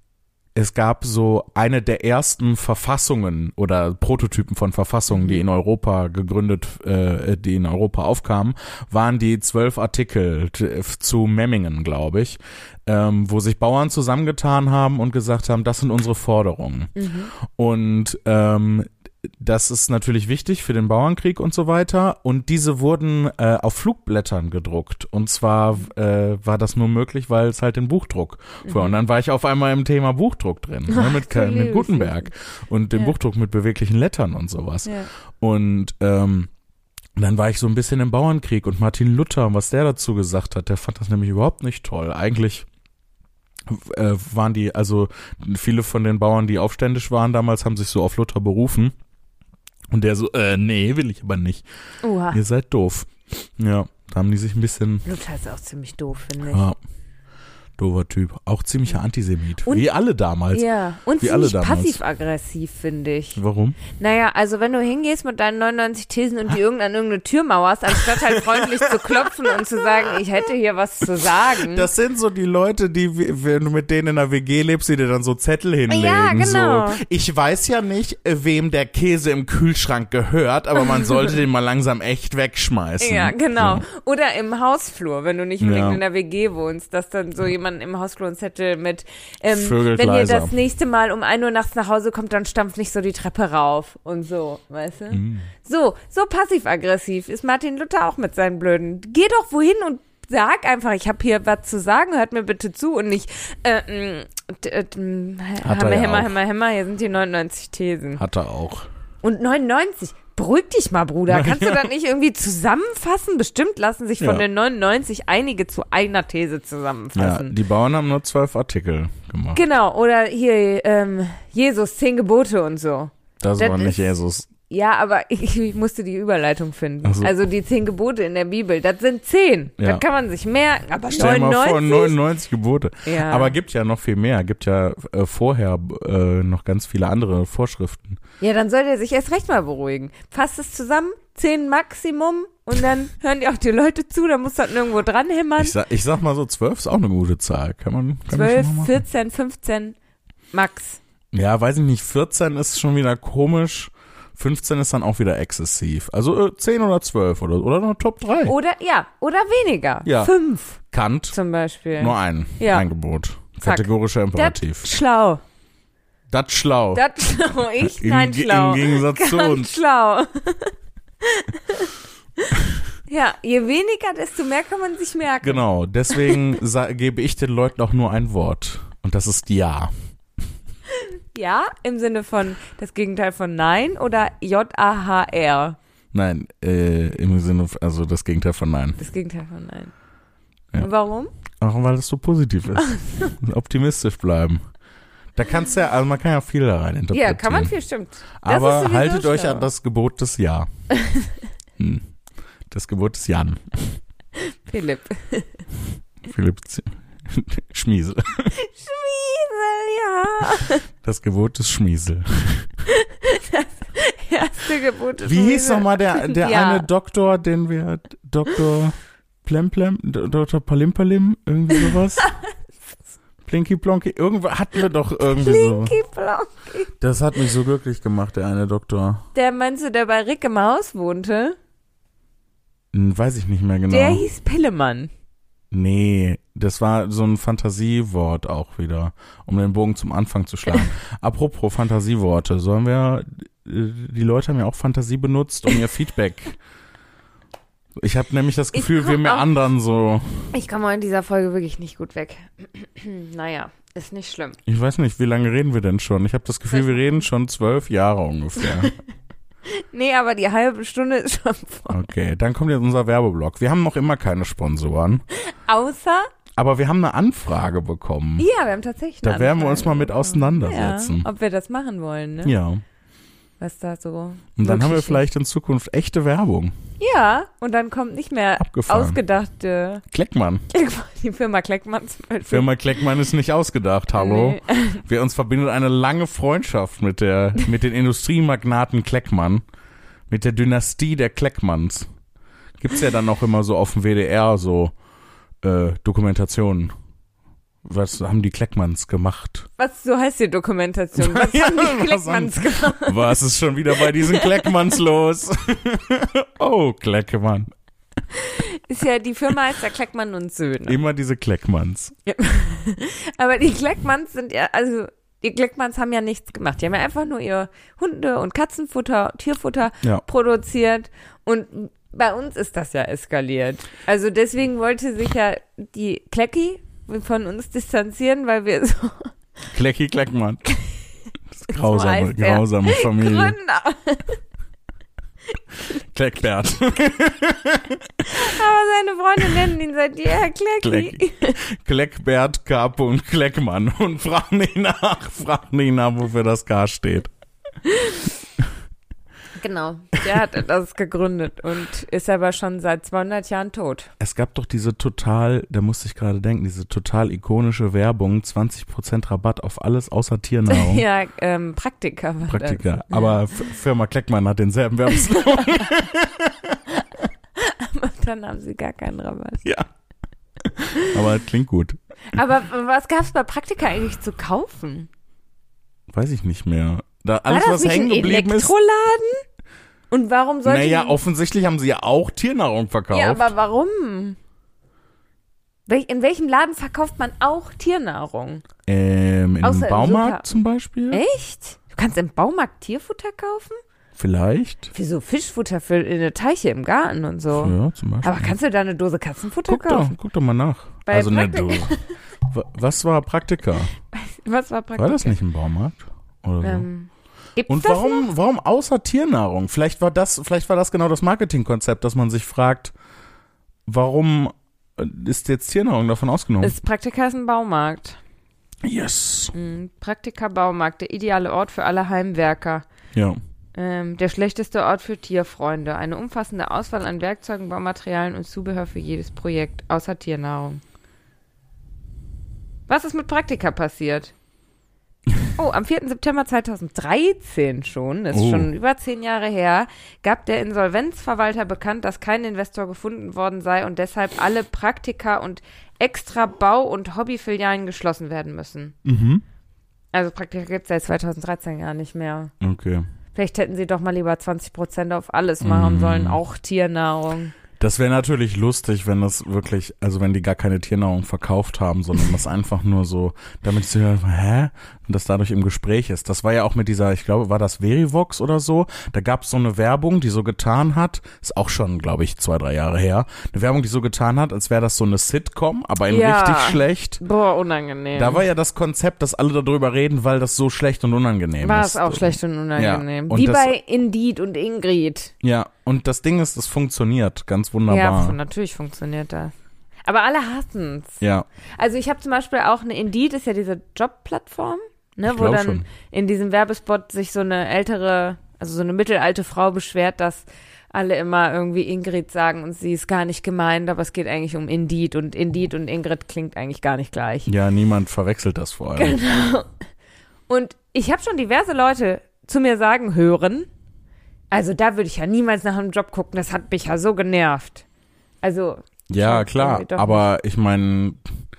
es gab so eine der ersten Verfassungen oder Prototypen von Verfassungen, die in Europa gegründet, äh, die in Europa aufkamen, waren die zwölf Artikel t- zu Memmingen, glaube ich, ähm, wo sich Bauern zusammengetan haben und gesagt haben, das sind unsere Forderungen. Mhm. Und ähm, das ist natürlich wichtig für den Bauernkrieg und so weiter. Und diese wurden äh, auf Flugblättern gedruckt. Und zwar äh, war das nur möglich, weil es halt den Buchdruck vor. Mhm. Und dann war ich auf einmal im Thema Buchdruck drin, ne, Ach, mit, du mit liebes Gutenberg und dem Ja. Buchdruck mit beweglichen Lettern und sowas. Ja. Und ähm, dann war ich so ein bisschen im Bauernkrieg und Martin Luther, was der dazu gesagt hat, der fand das nämlich überhaupt nicht toll. Eigentlich äh, waren die, also viele von den Bauern, die aufständisch waren damals, haben sich so auf Luther berufen. Und der so, äh, nee, will ich aber nicht. Oha. Ihr seid doof. Ja, da haben die sich ein bisschen, Luther ist auch ziemlich doof, finde ich. ja, doofer Typ. Auch ziemlicher Antisemit. Und- wie alle damals. Ja, und Wie alle ziemlich damals. passiv-aggressiv, finde ich. Warum? Naja, also wenn du hingehst mit deinen neunundneunzig Thesen und die irgendwann irgendeine Tür mauerst, anstatt halt freundlich zu klopfen und zu sagen, ich hätte hier was zu sagen. Das sind so die Leute, die, wenn du mit denen in einer W G lebst, die dir dann so Zettel hinlegen. Ja, genau. So, ich weiß ja nicht, wem der Käse im Kühlschrank gehört, aber man sollte den mal langsam echt wegschmeißen. Ja, genau. So. Oder im Hausflur, wenn du nicht unbedingt Ja. in der W G wohnst, dass dann so jemand im Hausflur einen Zettel mit, ähm, Vögelt wenn ihr leiser. das nächste Mal um ein Uhr nachts nach Hause kommt, dann stampft nicht so die Treppe rauf und so, weißt du? Mhm. So, so passiv-aggressiv ist Martin Luther auch mit seinen Blöden. Geh doch wohin und sag einfach, ich habe hier was zu sagen, hört mir bitte zu und nicht, äh, mh, d- äh, d- Hat er Hammer, ja Hämmer, auch. Hämmer, Hämmer, hier sind die neunundneunzig Thesen. Hat er auch. Und neunundneunzig, beruhig dich mal, Bruder. Kannst du Ja. das nicht irgendwie zusammenfassen? Bestimmt lassen sich von Ja. den neunundneunzig einige zu einer These Ja, zusammenfassen. die Bauern haben nur zwölf Artikel gemacht. Genau, oder hier, ähm, Jesus, zehn Gebote und so. Das Das war nicht ist- Jesus. Ja, aber ich, ich musste die Überleitung finden. Ach so. Also die zehn Gebote in der Bibel, das sind zehn. Ja. Das kann man sich merken. Aber Stell mal vor, neunundneunzig? neunundneunzig Gebote. Ja. Aber gibt ja noch viel mehr. Gibt ja äh, vorher äh, noch ganz viele andere Vorschriften. Ja, dann soll der sich erst recht mal beruhigen. Fasst es zusammen, zehn Maximum und dann hören dir auch die Leute zu, dann musst du halt nirgendwo dranhämmern. Ich sag, ich sag mal so, zwölf ist auch eine gute Zahl. Kann man, kann man zwölf, schon mal machen. vierzehn, fünfzehn, Max. Ja, weiß ich nicht. vierzehn ist schon wieder komisch. fünfzehn ist dann auch wieder exzessiv. Also äh, zehn oder zwölf oder, oder noch Top drei. Oder, ja, oder weniger. Ja. Fünf Kant, zum Beispiel. nur ein. Ja. Ein Gebot. Zack. Kategorischer Das Imperativ. schlau. Das schlau. Das schlau. Ich, Im nein, Ge- schlau. Im Gegensatz zu Ganz uns. schlau. Ja, je weniger, desto mehr kann man sich merken. Genau, deswegen sa- gebe ich den Leuten auch nur ein Wort. Und das ist Ja. Ja, im Sinne von das Gegenteil von Nein oder J A H R. Nein, äh, im Sinne, also das Gegenteil von Nein. Das Gegenteil von Nein. Ja. Und warum? Auch weil es so positiv ist. Optimistisch bleiben. Da kannst du ja, also man kann ja viel da rein interpretieren. Ja, kann man viel, stimmt. Das ist Aber sowieso haltet euch schlau. an das Gebot des Ja. hm. Das Gebot des Jan. Philipp. Philipp Z- Schmiesel. Schmiesel, ja. Das Gebot des Schmiesel. Erste Gebot. ist Wie hieß Schmiesel. nochmal der, der Ja. eine Doktor, den wir, Doktor Plemplem, Doktor Palimpalim, irgendwie sowas? Plinky Plonky, irgendwo hatten wir doch irgendwie so. Blinky Blonky. Das hat mich so glücklich gemacht, der eine Doktor. Der meinst du, der bei Rick im Haus wohnte? Hm, weiß ich nicht mehr genau. Der hieß Pillemann. Nee, das war so ein Fantasiewort auch wieder, um den Bogen zum Anfang zu schlagen. Apropos Fantasieworte, sollen wir, äh, die Leute haben ja auch Fantasie benutzt, um ihr Feedback. Ich habe nämlich das Ich Gefühl, wir komm mir auch- anderen so, Ich komme in dieser Folge wirklich nicht gut weg. Naja, ist nicht schlimm. ich weiß nicht, wie lange reden wir denn schon? Ich habe das Gefühl, wir reden schon zwölf Jahre ungefähr. Nee, aber die halbe Stunde ist schon voll. Okay, dann kommt jetzt unser Werbeblock. Wir haben noch immer keine Sponsoren. Außer? Aber wir haben eine Anfrage bekommen. Ja, wir haben tatsächlich eine Da werden wir uns mal Anfrage mit auseinandersetzen. Ja, ob wir das machen wollen, ne? Ja. Was da so. Und dann haben wir ist. vielleicht in Zukunft echte Werbung. Ja, und dann kommt nicht mehr Abgefahren. ausgedachte. Kleckmann. Die Firma Kleckmann zum Beispiel. Firma Kleckmann ist nicht ausgedacht, hallo. Nee. Wir uns verbindet eine lange Freundschaft mit der, mit den Industriemagnaten Kleckmann. Mit der Dynastie der Kleckmanns. Gibt's ja dann auch immer so auf dem W D R so äh, Dokumentationen. Was haben die Kleckmanns gemacht? Was, so heißt die Dokumentation? Was Ja, haben die was Kleckmanns haben- gemacht? Was ist schon wieder bei diesen Kleckmanns los? Oh, Kleckmann. Ist ja, die Firma heißt ja Kleckmann und Söhne. Immer diese Kleckmanns. Aber die Kleckmanns sind ja, also die Kleckmanns haben ja nichts gemacht. Die haben ja einfach nur ihr Hunde- und Katzenfutter, Tierfutter Ja. produziert. Und bei uns ist das ja eskaliert. Also deswegen wollte sich ja die Klecki von uns distanzieren, weil wir so Klecki Kleckmann. Das ist grausame, heißt er. grausame Familie. Gründer. Kleckbert. Aber seine Freunde nennen ihn seit jeher Klecki. Kleck. Kleckbert, Kapo und Kleckmann. Und fragen nicht nach, fragen nicht nach, wofür das K steht. Genau, der hat das gegründet und ist aber schon seit zweihundert Jahren tot. Es gab doch diese total, da musste ich gerade denken, diese total ikonische Werbung, zwanzig Prozent Rabatt auf alles außer Tiernahrung. Ja, ähm, Praktika war Praktika. das. Aber F- Firma Kleckmann hat denselben Werbeslogan. Aber dann haben sie gar keinen Rabatt. Ja. Aber klingt gut. Aber was gab es bei Praktika eigentlich zu kaufen? Weiß ich nicht mehr. Da alles, war was das nicht hängen ein geblieben ist. Elektroladen? Und warum sollte Naja, die... offensichtlich haben sie ja auch Tiernahrung verkauft. Ja, aber warum? Wel in welchem Laden verkauft man auch Tiernahrung? ähm, in Außer einem im Baumarkt Super- zum Beispiel? Echt? Du kannst im Baumarkt Tierfutter kaufen? Vielleicht. Für so Fischfutter für in der Teiche im Garten und so. Ja, zum Beispiel. Aber kannst du da eine Dose Katzenfutter guck doch, kaufen? guck doch mal nach. Bei also ne, Praktika- du. Wa- Was war Praktika? Was war Praktika? War das nicht im Baumarkt? Oder so? Ähm, gibt's Und das warum, noch? warum außer Tiernahrung? Vielleicht war das, vielleicht war das genau das Marketingkonzept, dass man sich fragt, warum äh, ist jetzt Tiernahrung davon ausgenommen? Ist Praktika ist ein Baumarkt. Yes. Mhm. Praktika Baumarkt, der ideale Ort für alle Heimwerker. Ja. Ähm, der schlechteste Ort für Tierfreunde. Eine umfassende Auswahl an Werkzeugen, Baumaterialien und Zubehör für jedes Projekt, außer Tiernahrung. Was ist mit Praktika passiert? Oh, am vierten September zweitausenddreizehn schon, das ist Oh. schon über zehn Jahre her, gab der Insolvenzverwalter bekannt, dass kein Investor gefunden worden sei und deshalb alle Praktika und extra Bau- und Hobbyfilialen geschlossen werden müssen. Mhm. Also Praktika gibt es seit zweitausenddreizehn gar nicht mehr. Okay. Vielleicht hätten sie doch mal lieber zwanzig Prozent auf alles machen Mm. sollen, auch Tiernahrung. Das wäre natürlich lustig, wenn das wirklich, also wenn die gar keine Tiernahrung verkauft haben, sondern das einfach nur so, damit sie hören, hä? Und das dadurch im Gespräch ist. Das war ja auch mit dieser, ich glaube, war das Verivox oder so? Da gab es so eine Werbung, die so getan hat, ist auch schon, glaube ich, zwei, drei Jahre her, eine Werbung, die so getan hat, als wäre das so eine Sitcom, aber in Ja. richtig schlecht. Boah, unangenehm. Da war ja das Konzept, dass alle darüber reden, weil das so schlecht und unangenehm war ist. es auch schlecht und unangenehm. Ja, und Wie das- bei Indeed und Ingrid. Ja, und das Ding ist, es funktioniert ganz wunderbar. Ja, f- natürlich funktioniert das. Aber alle hassen's. Ja, Also ich habe zum Beispiel auch eine Indeed, ist ja diese Jobplattform, ne, Ich wo glaub dann schon. in diesem Werbespot sich so eine ältere, also so eine mittelalte Frau beschwert, dass alle immer irgendwie Ingrid sagen und sie ist gar nicht gemeint, aber es geht eigentlich um Indeed und Indeed und Ingrid klingt eigentlich gar nicht gleich. ja, niemand verwechselt das vor allem. Genau. Und ich habe schon diverse Leute zu mir sagen hören, also da würde ich ja niemals nach einem Job gucken, das hat mich ja so genervt. Also Ja, Ja, klar, irgendwie doch aber ich meine,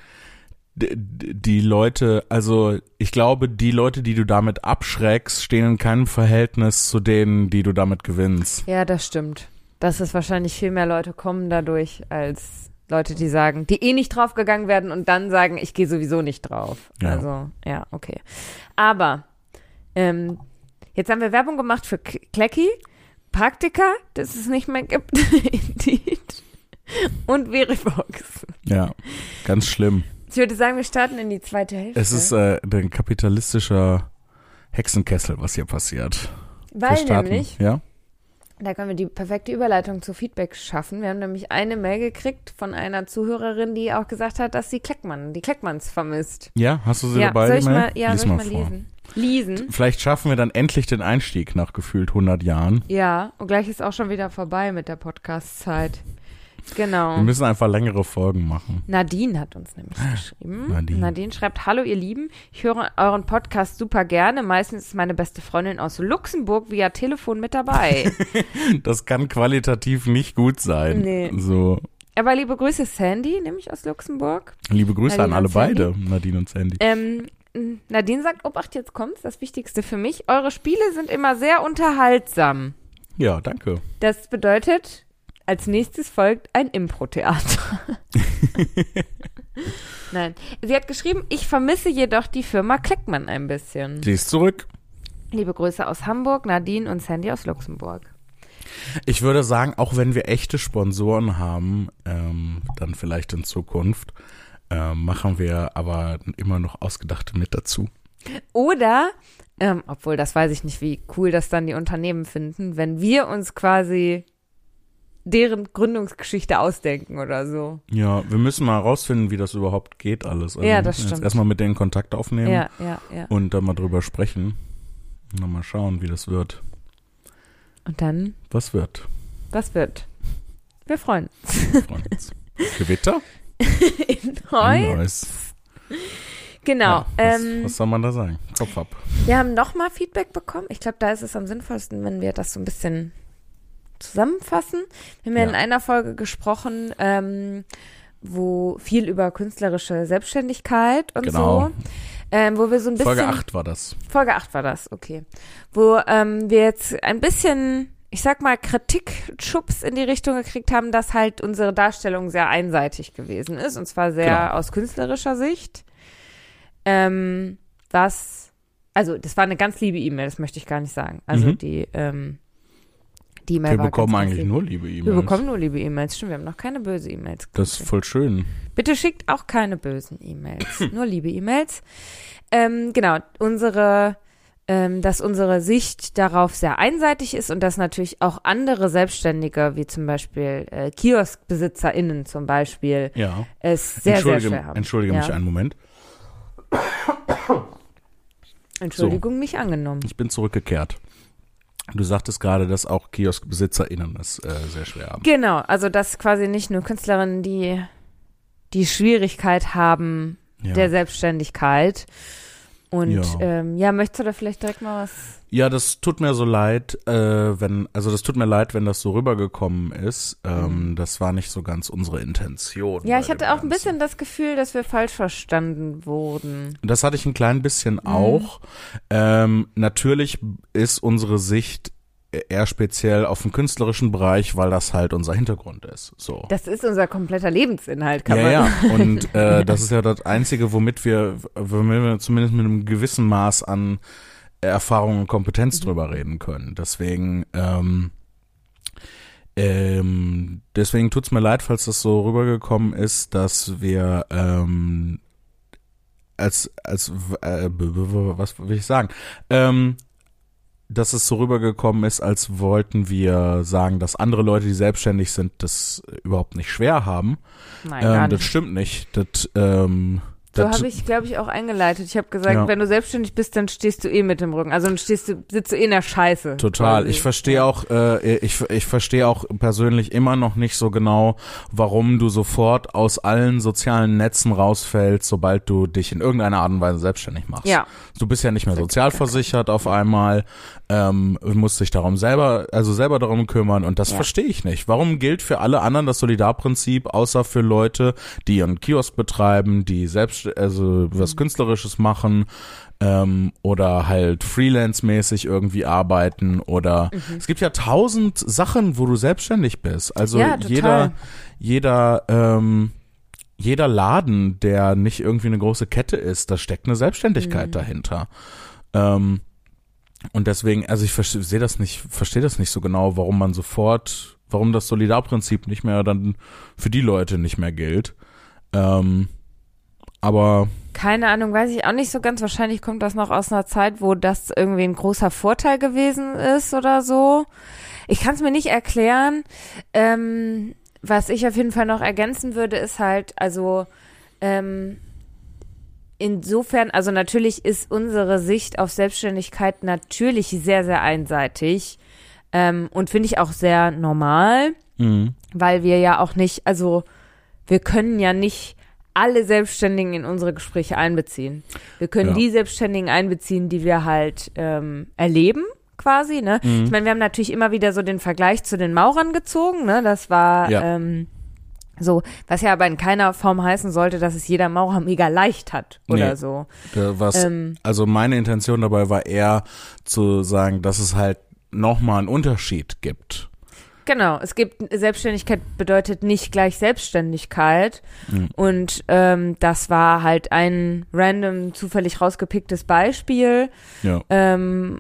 d- d- die Leute, also ich glaube, die Leute, die du damit abschreckst, stehen in keinem Verhältnis zu denen, die du damit gewinnst. ja, das stimmt. Dass es wahrscheinlich viel mehr Leute kommen dadurch, als Leute, die sagen, die eh nicht draufgegangen werden und dann sagen, ich gehe sowieso nicht drauf. Ja. Also, ja, okay. Aber, ähm, jetzt haben wir Werbung gemacht für K- Klecki, Praktika, das es nicht mehr gibt, Indeed und Verivox. Ja, ganz schlimm. Ich würde sagen, wir starten in die zweite Hälfte. Es ist äh, ein kapitalistischer Hexenkessel, was hier passiert. Wir Weil starten, nämlich, ja? Da können wir die perfekte Überleitung zu Feedback schaffen. Wir haben nämlich eine Mail gekriegt von einer Zuhörerin, die auch gesagt hat, dass sie Kleckmann, die Kleckmanns vermisst. Ja, hast du sie ja, dabei? Soll ich die Mail? mal, ja, Lies soll ich mal mal vor. lesen? Lesen? Vielleicht schaffen wir dann endlich den Einstieg nach gefühlt hundert Jahren. Ja, und gleich ist auch schon wieder vorbei mit der Podcast-Zeit. Genau. Wir müssen einfach längere Folgen machen. Nadine hat uns nämlich geschrieben. Nadine. Nadine schreibt, hallo ihr Lieben, ich höre euren Podcast super gerne. Meistens ist meine beste Freundin aus Luxemburg via Telefon mit dabei. Das kann qualitativ nicht gut sein. Nee. So. Aber liebe Grüße Sandy, nämlich aus Luxemburg. Liebe Grüße Nadine an alle und Sandy. beide, Nadine und Sandy. Ähm, Nadine sagt, Obacht, jetzt kommt's, das Wichtigste für mich. Eure Spiele sind immer sehr unterhaltsam. Ja, danke. Das bedeutet, als nächstes folgt ein Impro-Theater. Nein. Sie hat geschrieben, ich vermisse jedoch die Firma Kleckmann ein bisschen. Sie ist zurück. Liebe Grüße aus Hamburg, Nadine und Sandy aus Luxemburg. Ich würde sagen, auch wenn wir echte Sponsoren haben, ähm, dann vielleicht in Zukunft, ähm, machen wir aber immer noch Ausgedachte mit dazu. Oder, ähm, obwohl das weiß ich nicht, wie cool das dann die Unternehmen finden, wenn wir uns quasi deren Gründungsgeschichte ausdenken oder so. Ja, wir müssen mal rausfinden, wie das überhaupt geht alles. Also Ja, das jetzt stimmt. Erstmal mit denen Kontakt aufnehmen Ja, ja, ja. und dann mal drüber sprechen. Und dann mal schauen, wie das wird. Und dann, Was wird? was wird? Wir freuen uns. Wir freuen uns. Gewitter? In Heu? Neues. Genau. Ja, was, ähm, was soll man da sagen? Kopf ab. Wir haben nochmal Feedback bekommen. Ich glaube, da ist es am sinnvollsten, wenn wir das so ein bisschen zusammenfassen. Wir haben ja, Ja. in einer Folge gesprochen, ähm, wo viel über künstlerische Selbstständigkeit und Genau. so. Ähm, wo wir so ein bisschen. Folge acht war das. Folge acht war das, okay. Wo ähm, wir jetzt ein bisschen, ich sag mal, Kritikschubs in die Richtung gekriegt haben, dass halt unsere Darstellung sehr einseitig gewesen ist. Und zwar sehr Genau. aus künstlerischer Sicht. Ähm, was, also das war eine ganz liebe E-Mail, das möchte ich gar nicht sagen. Also Mhm. die, ähm, die E-Mail Wir war bekommen ganz, ganz eigentlich lieb. nur liebe E-Mails. Wir bekommen nur liebe E-Mails, stimmt, wir haben noch keine böse E-Mails. Das ist voll schön. Bitte schickt auch keine bösen E-Mails, nur liebe E-Mails. Ähm, genau, unsere, ähm, dass unsere Sicht darauf sehr einseitig ist und dass natürlich auch andere Selbstständige, wie zum Beispiel äh, KioskbesitzerInnen zum Beispiel, Ja. es sehr, sehr Entschuldige, schwer haben. entschuldige mich Ja. einen Moment. Entschuldigung, nicht angenommen. Ich bin zurückgekehrt. Du sagtest gerade, dass auch KioskbesitzerInnen es äh, sehr schwer haben. Genau, also dass quasi nicht nur Künstlerinnen, die die Schwierigkeit haben Ja. der Selbstständigkeit. Und Ja. ja. Ähm, ja, möchtest du da vielleicht direkt mal was? Ja, das tut mir so leid, äh, wenn, also das tut mir leid, wenn das so rübergekommen ist. Ähm, das war nicht so ganz unsere Intention. Ja, bei ich hatte dem auch ein Ganzen. bisschen das Gefühl, dass wir falsch verstanden wurden. Das hatte ich ein klein bisschen Mhm. auch. Ähm, natürlich ist unsere Sicht eher speziell auf den künstlerischen Bereich, weil das halt unser Hintergrund ist. So. Das ist unser kompletter Lebensinhalt, kann Ja, man. ja. Und äh, das ist ja das Einzige, womit wir, womit wir zumindest mit einem gewissen Maß an Erfahrung und Kompetenz Mhm. drüber reden können. Deswegen, ähm, ähm, deswegen tut's mir leid, falls das so rübergekommen ist, dass wir ähm, als, als, äh, was will ich sagen? Ähm, dass es so rübergekommen ist, als wollten wir sagen, dass andere Leute, die selbstständig sind, das überhaupt nicht schwer haben. Nein, gar Ähm, das nicht. stimmt nicht. Das, ähm, So das, habe ich, glaube ich, auch eingeleitet. Ich habe gesagt, Ja. wenn du selbstständig bist, dann stehst du eh mit dem Rücken. Also dann stehst du, sitzt du eh in der Scheiße. Total. quasi. Ich verstehe auch, äh, ich, ich verstehe auch persönlich immer noch nicht so genau, warum du sofort aus allen sozialen Netzen rausfällst, sobald du dich in irgendeiner Art und Weise selbstständig machst. Ja. Du bist ja nicht mehr sozialversichert auf einmal, ähm, musst dich darum selber, also selber darum kümmern und das Ja. verstehe ich nicht. Warum gilt für alle anderen das Solidarprinzip, außer für Leute, die ihren Kiosk betreiben, die selbst, also was Künstlerisches machen, ähm, oder halt freelance-mäßig irgendwie arbeiten oder Mhm. es gibt ja tausend Sachen, wo du selbstständig bist. Also Ja, total. jeder, jeder, ähm, jeder Laden, der nicht irgendwie eine große Kette ist, da steckt eine Selbstständigkeit Mhm. dahinter. Ähm, und deswegen, also ich verstehe das nicht, verstehe das nicht so genau, warum man sofort, warum das Solidarprinzip nicht mehr dann für die Leute nicht mehr gilt. Ähm, aber Keine Ahnung, weiß ich auch nicht so ganz. Wahrscheinlich kommt das noch aus einer Zeit, wo das irgendwie ein großer Vorteil gewesen ist oder so. Ich kann es mir nicht erklären. Ähm, was ich auf jeden Fall noch ergänzen würde, ist halt, also ähm, insofern, also natürlich ist unsere Sicht auf Selbstständigkeit natürlich sehr, sehr einseitig ähm, und finde ich auch sehr normal, mhm. weil wir ja auch nicht, also wir können ja nicht alle Selbstständigen in unsere Gespräche einbeziehen. Wir können ja. die Selbstständigen einbeziehen, die wir halt ähm, erleben, quasi, ne? Mhm. Ich meine, wir haben natürlich immer wieder so den Vergleich zu den Maurern gezogen, ne? Das war ja. ähm, so, was ja aber in keiner Form heißen sollte, dass es jeder Maurer mega leicht hat oder nee, so. Was, ähm, also meine Intention dabei war eher zu sagen, dass es halt nochmal einen Unterschied gibt. Genau, es gibt, Selbstständigkeit bedeutet nicht gleich Selbstständigkeit mhm. und ähm, das war halt ein random, zufällig rausgepicktes Beispiel. Ja. Ähm,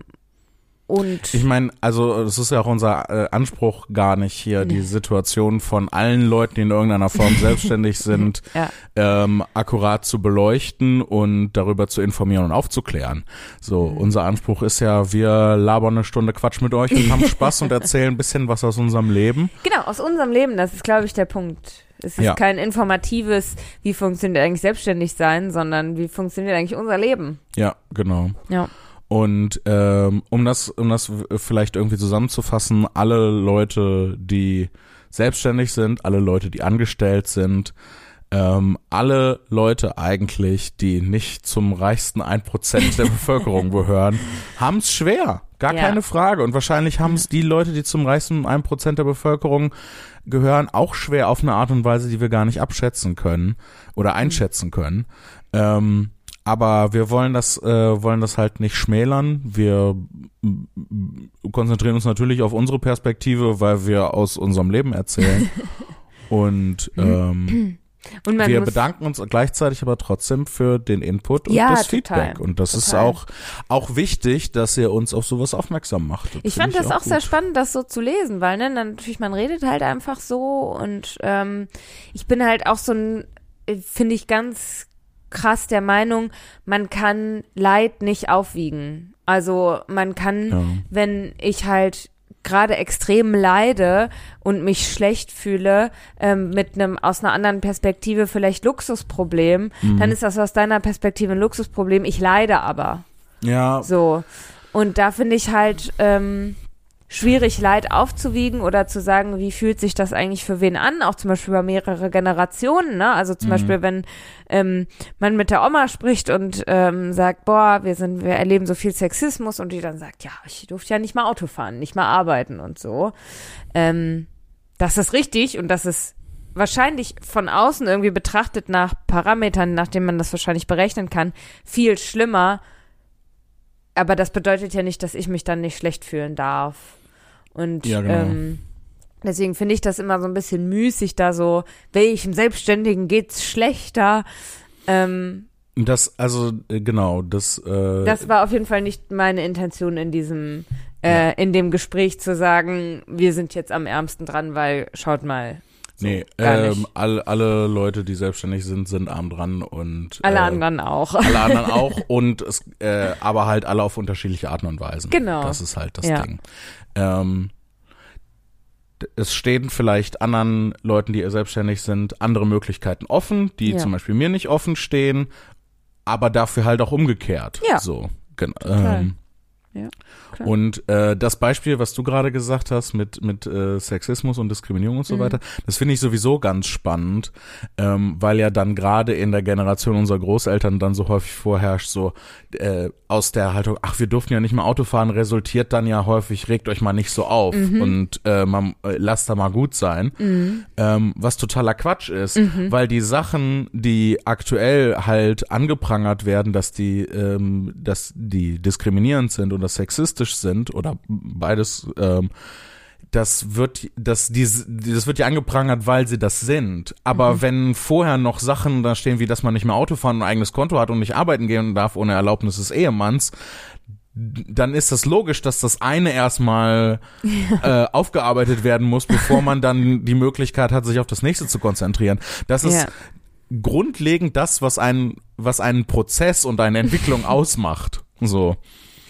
und ich meine, also es ist ja auch unser äh, Anspruch gar nicht hier, die Situation von allen Leuten, die in irgendeiner Form selbstständig sind, ja. ähm, akkurat zu beleuchten und darüber zu informieren und aufzuklären. So, mhm. unser Anspruch ist ja, wir labern eine Stunde Quatsch mit euch und haben Spaß und erzählen ein bisschen was aus unserem Leben. Genau, aus unserem Leben, das ist, glaube ich, der Punkt. Es ist ja. kein informatives, wie funktioniert eigentlich selbstständig sein, sondern wie funktioniert eigentlich unser Leben. Ja, genau. Ja. Und ähm, um das, um das vielleicht irgendwie zusammenzufassen, alle Leute, die selbstständig sind, alle Leute, die angestellt sind, ähm, alle Leute eigentlich, die nicht zum reichsten ein Prozent der Bevölkerung gehören, haben es schwer. Gar ja. keine Frage. Und wahrscheinlich haben es die Leute, die zum reichsten ein Prozent der Bevölkerung gehören, auch schwer auf eine Art und Weise, die wir gar nicht abschätzen können oder einschätzen können. Ähm, Aber wir wollen das, äh, wollen das halt nicht schmälern. Wir konzentrieren uns natürlich auf unsere Perspektive, weil wir aus unserem Leben erzählen. Und, ähm, und wir bedanken uns gleichzeitig aber trotzdem für den Input und ja, das total, Feedback. Und das total. ist auch, auch wichtig, dass ihr uns auf sowas aufmerksam macht. Das ich fand ich das auch, auch sehr gut. spannend, das so zu lesen, weil ne, dann natürlich, man redet halt einfach so und ähm, ich bin halt auch so ein, finde ich ganz krass der Meinung, man kann Leid nicht aufwiegen. Also man kann, ja. wenn ich halt gerade extrem leide und mich schlecht fühle, ähm, mit einem aus einer anderen Perspektive vielleicht Luxusproblem, mhm. dann ist das aus deiner Perspektive ein Luxusproblem. Ich leide aber. Ja. So. Und da finde ich halt ähm, schwierig, Leid aufzuwiegen oder zu sagen, wie fühlt sich das eigentlich für wen an, auch zum Beispiel über mehrere Generationen, ne? Also zum mhm. Beispiel, wenn ähm, man mit der Oma spricht und ähm, sagt, boah, wir sind, wir erleben so viel Sexismus und die dann sagt, ja, ich durfte ja nicht mal Auto fahren, nicht mal arbeiten und so. Ähm, das ist richtig und das ist wahrscheinlich von außen irgendwie betrachtet nach Parametern, nach denen man das wahrscheinlich berechnen kann, viel schlimmer. Aber das bedeutet ja nicht, dass ich mich dann nicht schlecht fühlen darf. Und ja, genau. ähm, deswegen finde ich das immer so ein bisschen müßig, da so, welchem Selbstständigen geht's schlechter? Ähm, das, also, genau, das äh, Das war auf jeden Fall nicht meine Intention in diesem, äh, ja. in dem Gespräch zu sagen, wir sind jetzt am ärmsten dran, weil, schaut mal. So, nee, ähm, alle, alle Leute, die selbstständig sind, sind arm dran und alle äh, anderen auch. Alle anderen auch und es, äh, aber halt alle auf unterschiedliche Arten und Weisen. Genau. Das ist halt das ja. Ding. Ähm, es stehen vielleicht anderen Leuten, die selbstständig sind, andere Möglichkeiten offen, die ja. zum Beispiel mir nicht offen stehen, aber dafür halt auch umgekehrt. Ja. So, genau. Ähm, Ja, klar. und äh, das Beispiel, was du gerade gesagt hast mit mit äh, Sexismus und Diskriminierung und so mhm. weiter, das finde ich sowieso ganz spannend, ähm, weil ja dann gerade in der Generation unserer Großeltern dann so häufig vorherrscht, so äh, aus der Haltung, ach, wir durften ja nicht mehr Auto fahren, resultiert dann ja häufig, regt euch mal nicht so auf mhm. und äh, man, äh, lasst da mal gut sein, mhm. ähm, was totaler Quatsch ist, mhm. weil die Sachen, die aktuell halt angeprangert werden, dass die, ähm, dass die diskriminierend sind und das sexistisch sind oder beides, ähm, das wird, das, die, das wird ja angeprangert, weil sie das sind. Aber mhm. wenn vorher noch Sachen da stehen, wie dass man nicht mehr Auto fahren und ein eigenes Konto hat und nicht arbeiten gehen darf ohne Erlaubnis des Ehemanns, dann ist das logisch, dass das eine erstmal ja. äh, aufgearbeitet werden muss, bevor man dann die Möglichkeit hat, sich auf das nächste zu konzentrieren. Das ist ja. grundlegend das, was einen, was einen Prozess und eine Entwicklung ausmacht. So.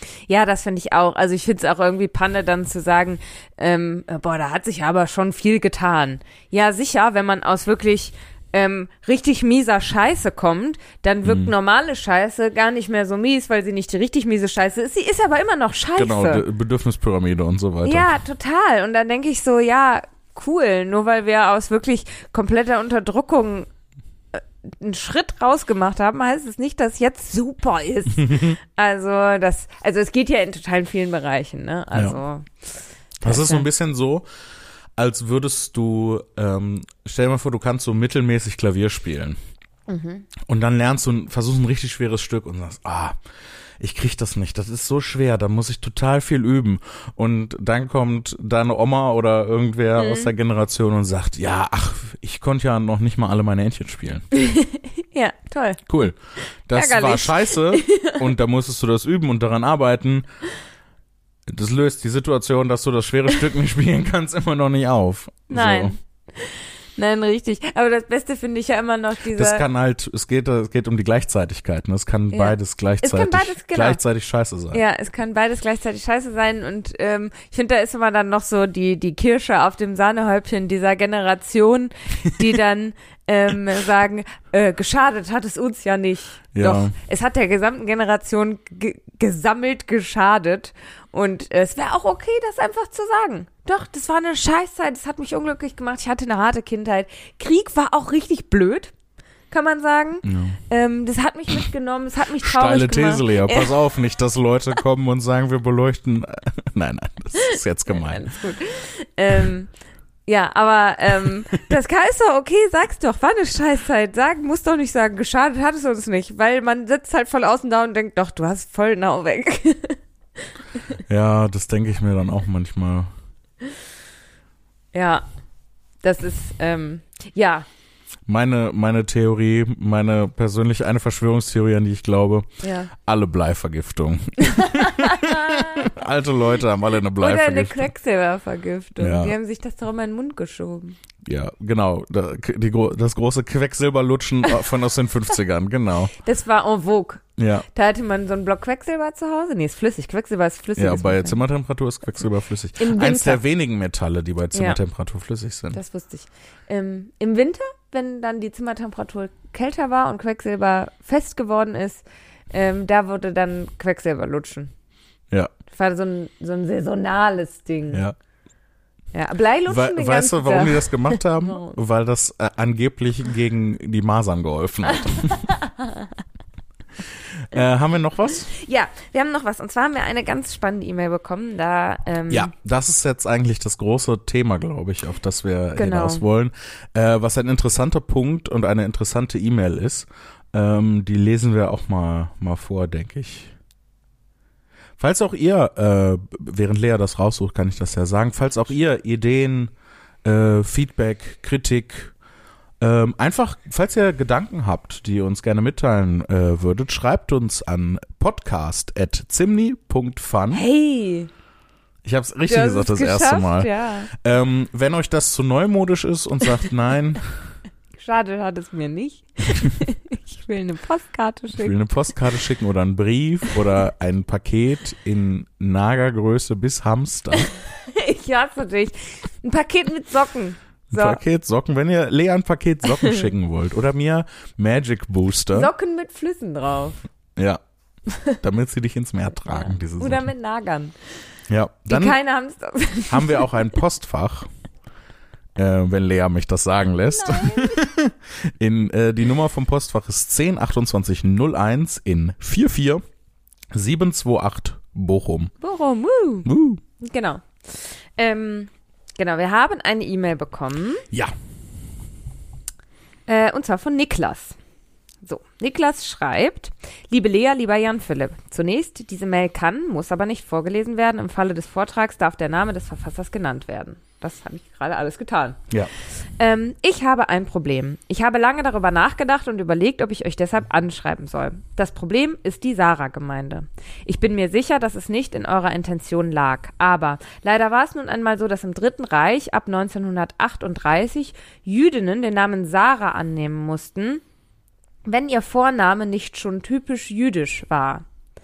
Ja, das finde ich auch. Also ich finde es auch irgendwie Panne, dann zu sagen, ähm, boah, da hat sich aber schon viel getan. Ja, sicher, wenn man aus wirklich ähm, richtig mieser Scheiße kommt, dann wirkt Mhm. normale Scheiße gar nicht mehr so mies, weil sie nicht die richtig miese Scheiße ist. Sie ist aber immer noch Scheiße. Genau, D- Bedürfnispyramide und so weiter. Ja, total. Und dann denke ich so, ja, cool, nur weil wir aus wirklich kompletter Unterdrückung äh, einen Schritt rausgemacht haben, heißt es nicht, dass jetzt super ist. also das, also es geht ja in total vielen Bereichen, ne? Also Ja. Das ist so ein bisschen so, als würdest du, ähm, stell dir mal vor, du kannst so mittelmäßig Klavier spielen. Mhm. Und dann lernst du, versuchst ein richtig schweres Stück und sagst, ah, ich krieg das nicht, das ist so schwer, da muss ich total viel üben. Und dann kommt deine Oma oder irgendwer Mhm. aus der Generation und sagt, ja, ach, ich konnte ja noch nicht mal alle meine Entchen spielen. Ja, toll. Cool. Das Ärgerlich. war scheiße und da musstest du das üben und daran arbeiten. Das löst die Situation, dass du das schwere Stück nicht spielen kannst, immer noch nicht auf. Nein. Nein, richtig. Aber das Beste finde ich ja immer noch So. dieser. Das kann halt, es geht, es geht um die Gleichzeitigkeit. Ne? Es kann Ja. beides gleichzeitig, beides, genau. gleichzeitig scheiße sein. Ja, es kann beides gleichzeitig scheiße sein und ähm, ich finde, da ist immer dann noch so die die Kirsche auf dem Sahnehäubchen dieser Generation, die dann ähm, sagen, äh, geschadet hat es uns ja nicht. Ja. Doch, es hat der gesamten Generation ge gesammelt geschadet und äh, es wäre auch okay, das einfach zu sagen. Doch, das war eine Scheißzeit, das hat mich unglücklich gemacht, ich hatte eine harte Kindheit. Krieg war auch richtig blöd, kann man sagen. Ja. Ähm, das hat mich mitgenommen, es hat mich traurig Steile gemacht. These, Lea. Pass auf, nicht, dass Leute kommen und sagen, wir beleuchten. Nein, nein, das ist jetzt gemein. Alles gut. Ähm, ja, aber ähm, das ist doch okay, sag's doch, war eine Scheißzeit. Sagen, muss doch nicht sagen, geschadet hat es uns nicht, weil man sitzt halt voll außen da und denkt, doch, du hast voll Nau weg. Ja, das denke ich mir dann auch manchmal. Ja, das ist, ähm, ja, Meine, meine Theorie, meine persönlich eine Verschwörungstheorie, an die ich glaube, ja. alle Bleivergiftung. Alte Leute haben alle eine Oder eine Bleivergiftung. Quecksilbervergiftung. Ja. Die haben sich das doch immer in den Mund geschoben. Ja, genau. Da, die, gro- das große Quecksilberlutschen von aus den fünfzigern, genau. Das war en vogue. Ja, Da hatte man so einen Block Quecksilber zu Hause. Nee, ist flüssig. Quecksilber ist flüssig. ja ist bei wahrscheinlich. Zimmertemperatur ist Quecksilber flüssig. Im Eins Winter. der wenigen Metalle, die bei Zimmertemperatur flüssig sind. Das wusste ich. Ähm, Im Winter, wenn dann die Zimmertemperatur kälter war und Quecksilber fest geworden ist, ähm, da wurde dann Quecksilber lutschen. Ja, Das war so ein, so ein saisonales Ding. ja. Ja, Bleilutschen We den weißt du, ganzen warum Tag. die das gemacht haben? Warum? Weil das äh, angeblich gegen die Masern geholfen hat. äh, haben wir noch was? Ja, wir haben noch was. Und zwar haben wir eine ganz spannende E-Mail bekommen. Da, ähm, Ja, das ist jetzt eigentlich das große Thema, glaube ich, auf das wir Genau. hinaus wollen. Äh, was ein interessanter Punkt und eine interessante E-Mail ist, ähm, die lesen wir auch mal, mal vor, denke ich. Falls auch ihr, äh, während Lea das raussucht, kann ich das ja sagen, falls auch ihr Ideen, äh, Feedback, Kritik, ähm, einfach, falls ihr Gedanken habt, die ihr uns gerne mitteilen äh, würdet, schreibt uns an podcast at zimni punkt fun. Hey, Ich habe es richtig du hast gesagt, es das erste geschafft, Mal. Ja. Ähm, wenn euch das zu neumodisch ist und sagt nein, Schade hat es mir nicht. Ich will eine Postkarte ich will schicken. eine Postkarte schicken oder einen Brief oder ein Paket in Nagergröße bis Hamster. Ich hasse dich. Ein Paket mit Socken. Ein So. Paket Socken, wenn ihr Lea ein Paket Socken schicken wollt oder mir Magic Booster. Socken mit Flüssen drauf. Ja. Damit sie dich ins Meer tragen, diese Oder Socken. mit Nagern. Ja, Die dann keine Hamster sind. haben wir auch ein Postfach. Äh, wenn Lea mich das sagen lässt. In, äh, die Nummer vom Postfach ist zehn achtundzwanzig null eins in vier vier sieben zwei acht Bochum. Warum? Uh. Uh. Genau. Ähm, genau, wir haben eine E-Mail bekommen. Ja. Äh, und zwar von Niklas. So, Niklas schreibt, liebe Lea, lieber Jan Philipp, zunächst, diese Mail kann, muss aber nicht vorgelesen werden. Im Falle des Vortrags darf der Name des Verfassers genannt werden. Das habe ich gerade alles getan. Ja. Ähm, ich habe ein Problem. Ich habe lange darüber nachgedacht und überlegt, ob ich euch deshalb anschreiben soll. Das Problem ist die Sarah-Gemeinde. Ich bin mir sicher, dass es nicht in eurer Intention lag. Aber leider war es nun einmal so, dass im Dritten Reich ab neunzehnhundertachtunddreißig Jüdinnen den Namen Sarah annehmen mussten, wenn ihr Vorname nicht schon typisch jüdisch war.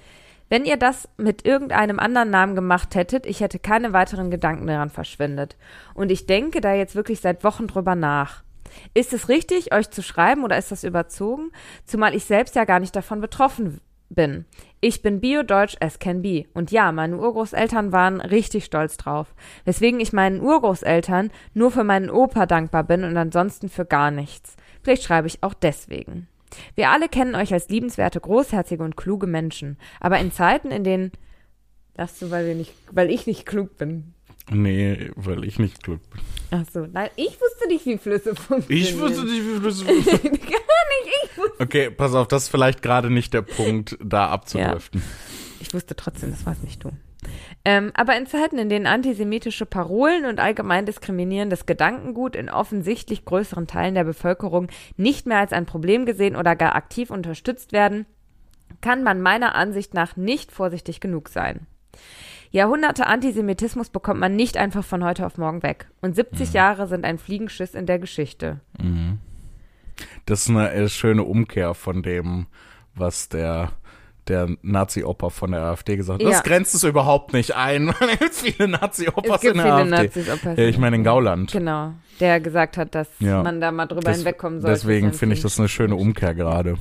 Wenn ihr das mit irgendeinem anderen Namen gemacht hättet, ich hätte keine weiteren Gedanken daran verschwendet. Und ich denke da jetzt wirklich seit Wochen drüber nach. Ist es richtig, euch zu schreiben oder ist das überzogen? Zumal ich selbst ja gar nicht davon betroffen bin. Ich bin Bio-Deutsch as can be. Und ja, meine Urgroßeltern waren richtig stolz drauf. Weswegen ich meinen Urgroßeltern nur für meinen Opa dankbar bin und ansonsten für gar nichts. Vielleicht schreibe ich auch deswegen. Wir alle kennen euch als liebenswerte, großherzige und kluge Menschen. Aber in Zeiten, in denen... Lachst du, weil, wir nicht, weil ich nicht klug bin? Nee, weil ich nicht klug bin. Ach so, nein, ich wusste nicht, wie Flüsse funktionieren. Ich wusste nicht, wie Flüsse funktionieren. Gar nicht, ich wusste. Okay, pass auf, das ist vielleicht gerade nicht der Punkt, da abzudriften. Ja. Ich wusste trotzdem, das war es nicht du. Ähm, aber in Zeiten, in denen antisemitische Parolen und allgemein diskriminierendes Gedankengut in offensichtlich größeren Teilen der Bevölkerung nicht mehr als ein Problem gesehen oder gar aktiv unterstützt werden, kann man meiner Ansicht nach nicht vorsichtig genug sein. Jahrhunderte Antisemitismus bekommt man nicht einfach von heute auf morgen weg. Und siebzig mhm. Jahre sind ein Fliegenschiss in der Geschichte. Mhm. Das ist eine äh, schöne Umkehr von dem, was der, der Nazi-Opa von der AfD gesagt hat. Ja. Das grenzt es überhaupt nicht ein. Es gibt viele Nazi-Opas in der viele AfD. Nazis-Opas ich meine in Gauland. Genau, der gesagt hat, dass ja. man da mal drüber das, hinwegkommen sollte. Deswegen finde ich das eine schöne Umkehr gerade.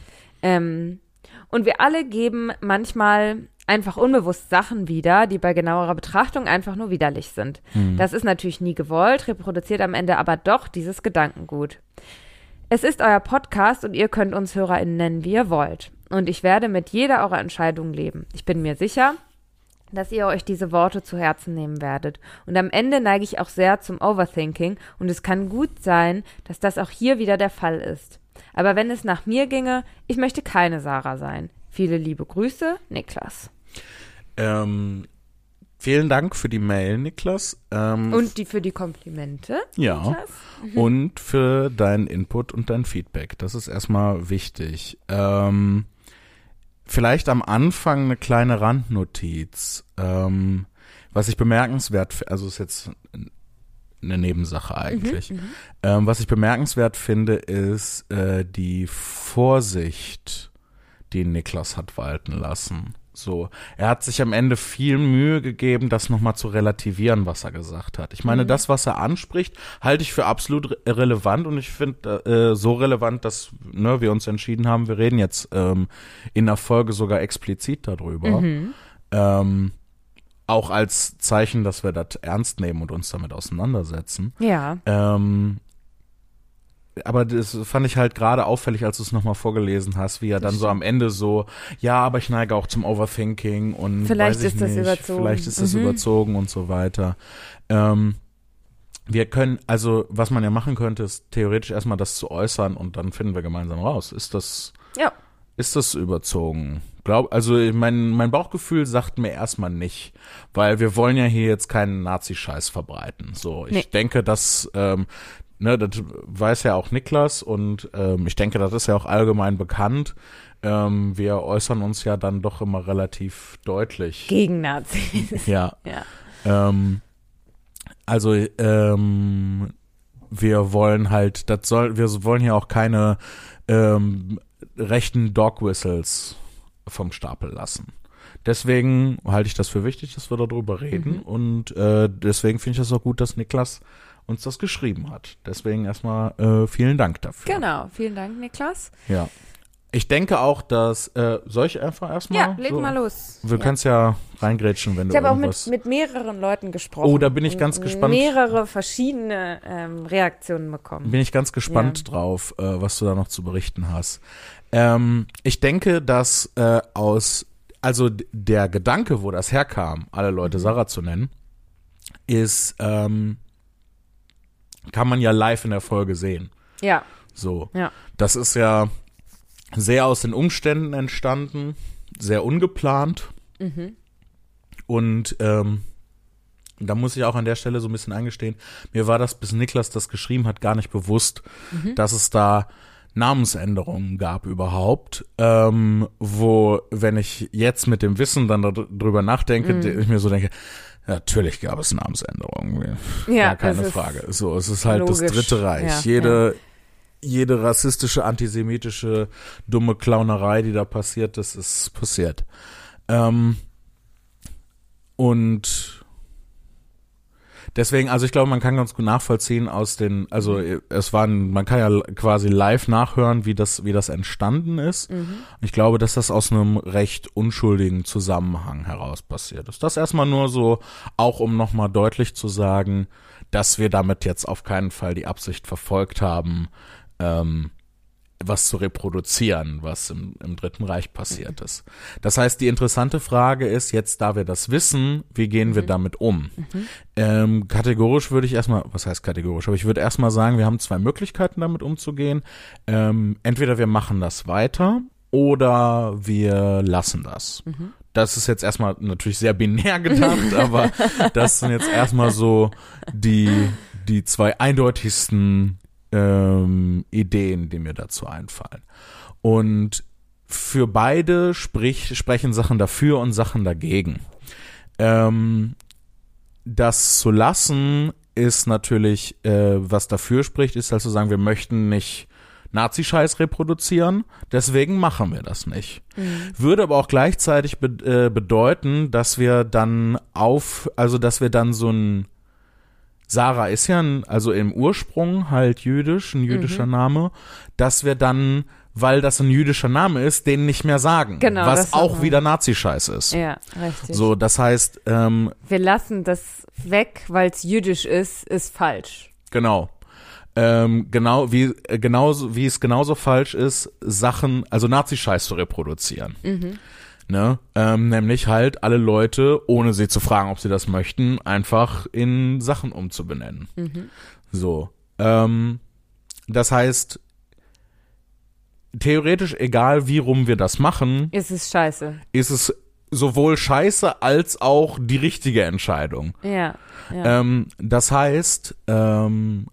Ähm, und wir alle geben manchmal einfach unbewusst Sachen wieder, die bei genauerer Betrachtung einfach nur widerlich sind. Hm. Das ist natürlich nie gewollt, reproduziert am Ende aber doch dieses Gedankengut. Es ist euer Podcast und ihr könnt uns HörerInnen nennen, wie ihr wollt. Und ich werde mit jeder eurer Entscheidungen leben. Ich bin mir sicher, dass ihr euch diese Worte zu Herzen nehmen werdet. Und am Ende neige ich auch sehr zum Overthinking und es kann gut sein, dass das auch hier wieder der Fall ist. Aber wenn es nach mir ginge, ich möchte keine Sarah sein. Viele liebe Grüße, Niklas. Ähm, vielen Dank für die Mail, Niklas. Ähm, und die für die Komplimente, ja. Niklas. Mhm. Und für deinen Input und dein Feedback. Das ist erstmal wichtig. Ähm, vielleicht am Anfang eine kleine Randnotiz. Ähm, was ich bemerkenswert, also ist jetzt eine Nebensache eigentlich. Mhm, ähm, was ich bemerkenswert finde, ist äh, die Vorsicht, die Niklas hat walten lassen. So, er hat sich am Ende viel Mühe gegeben, das nochmal zu relativieren, was er gesagt hat. Ich meine, mhm. das, was er anspricht, halte ich für absolut re- relevant und ich finde äh, so relevant, dass ne, wir uns entschieden haben, wir reden jetzt ähm, in der Folge sogar explizit darüber. Mhm. Ähm, auch als Zeichen, dass wir das ernst nehmen und uns damit auseinandersetzen. Ja. Ähm, aber das fand ich halt gerade auffällig, als du es nochmal vorgelesen hast, wie er dann so am Ende so, ja, aber ich neige auch zum Overthinking und vielleicht weiß ich ist das nicht, überzogen. Vielleicht ist das mhm. überzogen und so weiter. Ähm, wir können, also was man ja machen könnte, ist theoretisch erstmal das zu äußern und dann finden wir gemeinsam raus. Ist das, ja. ist das überzogen? Glaub, also mein, mein Bauchgefühl sagt mir erstmal nicht, weil wir wollen ja hier jetzt keinen Nazi-Scheiß verbreiten. So, ich nee. denke, dass ähm, Ne, das weiß ja auch Niklas und ähm, ich denke, das ist ja auch allgemein bekannt. Ähm, wir äußern uns ja dann doch immer relativ deutlich. Gegen Nazis. Ja. ja. Ähm, also ähm, wir wollen halt, das soll, wir wollen hier auch keine ähm, rechten Dog Whistles vom Stapel lassen. Deswegen halte ich das für wichtig, dass wir darüber reden mhm. und äh, deswegen finde ich das auch gut, dass Niklas uns das geschrieben hat. Deswegen erstmal äh, vielen Dank dafür. Genau, vielen Dank, Niklas. Ja. Ich denke auch, dass, äh, soll ich einfach erstmal? Ja, leg so, mal los. Du ja. kannst ja reingrätschen, wenn ich du irgendwas... Ich habe auch mit, mit mehreren Leuten gesprochen. Oh, da bin ich ganz gespannt. Mehrere verschiedene ähm, Reaktionen bekommen. Bin ich ganz gespannt ja. drauf, äh, was du da noch zu berichten hast. Ähm, ich denke, dass äh, aus, also der Gedanke, wo das herkam, alle Leute Sarah zu nennen, ist, ähm, kann man ja live in der Folge sehen. Ja. So. Ja. Das ist ja sehr aus den Umständen entstanden, sehr ungeplant. Mhm. Und ähm, da muss ich auch an der Stelle so ein bisschen eingestehen, mir war das, bis Niklas das geschrieben hat, gar nicht bewusst, mhm. dass es da Namensänderungen gab überhaupt, ähm, wo, wenn ich jetzt mit dem Wissen dann drüber nachdenke, mhm. ich mir so denke, natürlich gab es Namensänderungen, ja, gar keine Frage. So, es ist halt logisch. Das Dritte Reich. Ja, jede, ja. jede rassistische, antisemitische, dumme Clownerei, die da passiert, das ist passiert. Ähm, und deswegen, also ich glaube, man kann ganz gut nachvollziehen aus den, also es waren, man kann ja quasi live nachhören, wie das, wie das entstanden ist. Mhm. Ich glaube, dass das aus einem recht unschuldigen Zusammenhang heraus passiert ist. Das erstmal nur so, auch um nochmal deutlich zu sagen, dass wir damit jetzt auf keinen Fall die Absicht verfolgt haben, ähm, was zu reproduzieren, was im, im Dritten Reich passiert mhm. ist. Das heißt, die interessante Frage ist jetzt, da wir das wissen, wie gehen mhm. wir damit um? Mhm. Ähm, kategorisch würde ich erstmal, was heißt kategorisch, aber ich würde erstmal sagen, wir haben zwei Möglichkeiten, damit umzugehen. Ähm, entweder wir machen das weiter oder wir lassen das. Mhm. Das ist jetzt erstmal natürlich sehr binär gedacht, aber das sind jetzt erstmal so die, die zwei eindeutigsten Ähm, Ideen, die mir dazu einfallen. Und für beide sprich, sprechen Sachen dafür und Sachen dagegen. Ähm, das zu lassen ist natürlich, äh, was dafür spricht, ist halt zu sagen, wir möchten nicht Nazi-Scheiß reproduzieren, deswegen machen wir das nicht. Mhm. Würde aber auch gleichzeitig be- äh, bedeuten, dass wir dann auf, also dass wir dann so ein Sarah ist ja ein, also im Ursprung halt jüdisch, ein jüdischer mhm. Name, dass wir dann, weil das ein jüdischer Name ist, den nicht mehr sagen, genau, was auch wieder Nazi-Scheiß ist. Ja, richtig. So, das heißt, ähm, wir lassen das weg, weil es jüdisch ist, ist falsch. Genau. Ähm, genau wie äh, genauso wie es genauso falsch ist, Sachen, also Nazi-Scheiß zu reproduzieren. Mhm. Ne? Ähm, nämlich halt alle Leute, ohne sie zu fragen, ob sie das möchten, einfach in Sachen umzubenennen. Mhm. So. Ähm, das heißt, theoretisch, egal wie rum wir das machen, ist es scheiße. Ist es sowohl scheiße als auch die richtige Entscheidung. Ja. ja. Ähm, das heißt, ähm,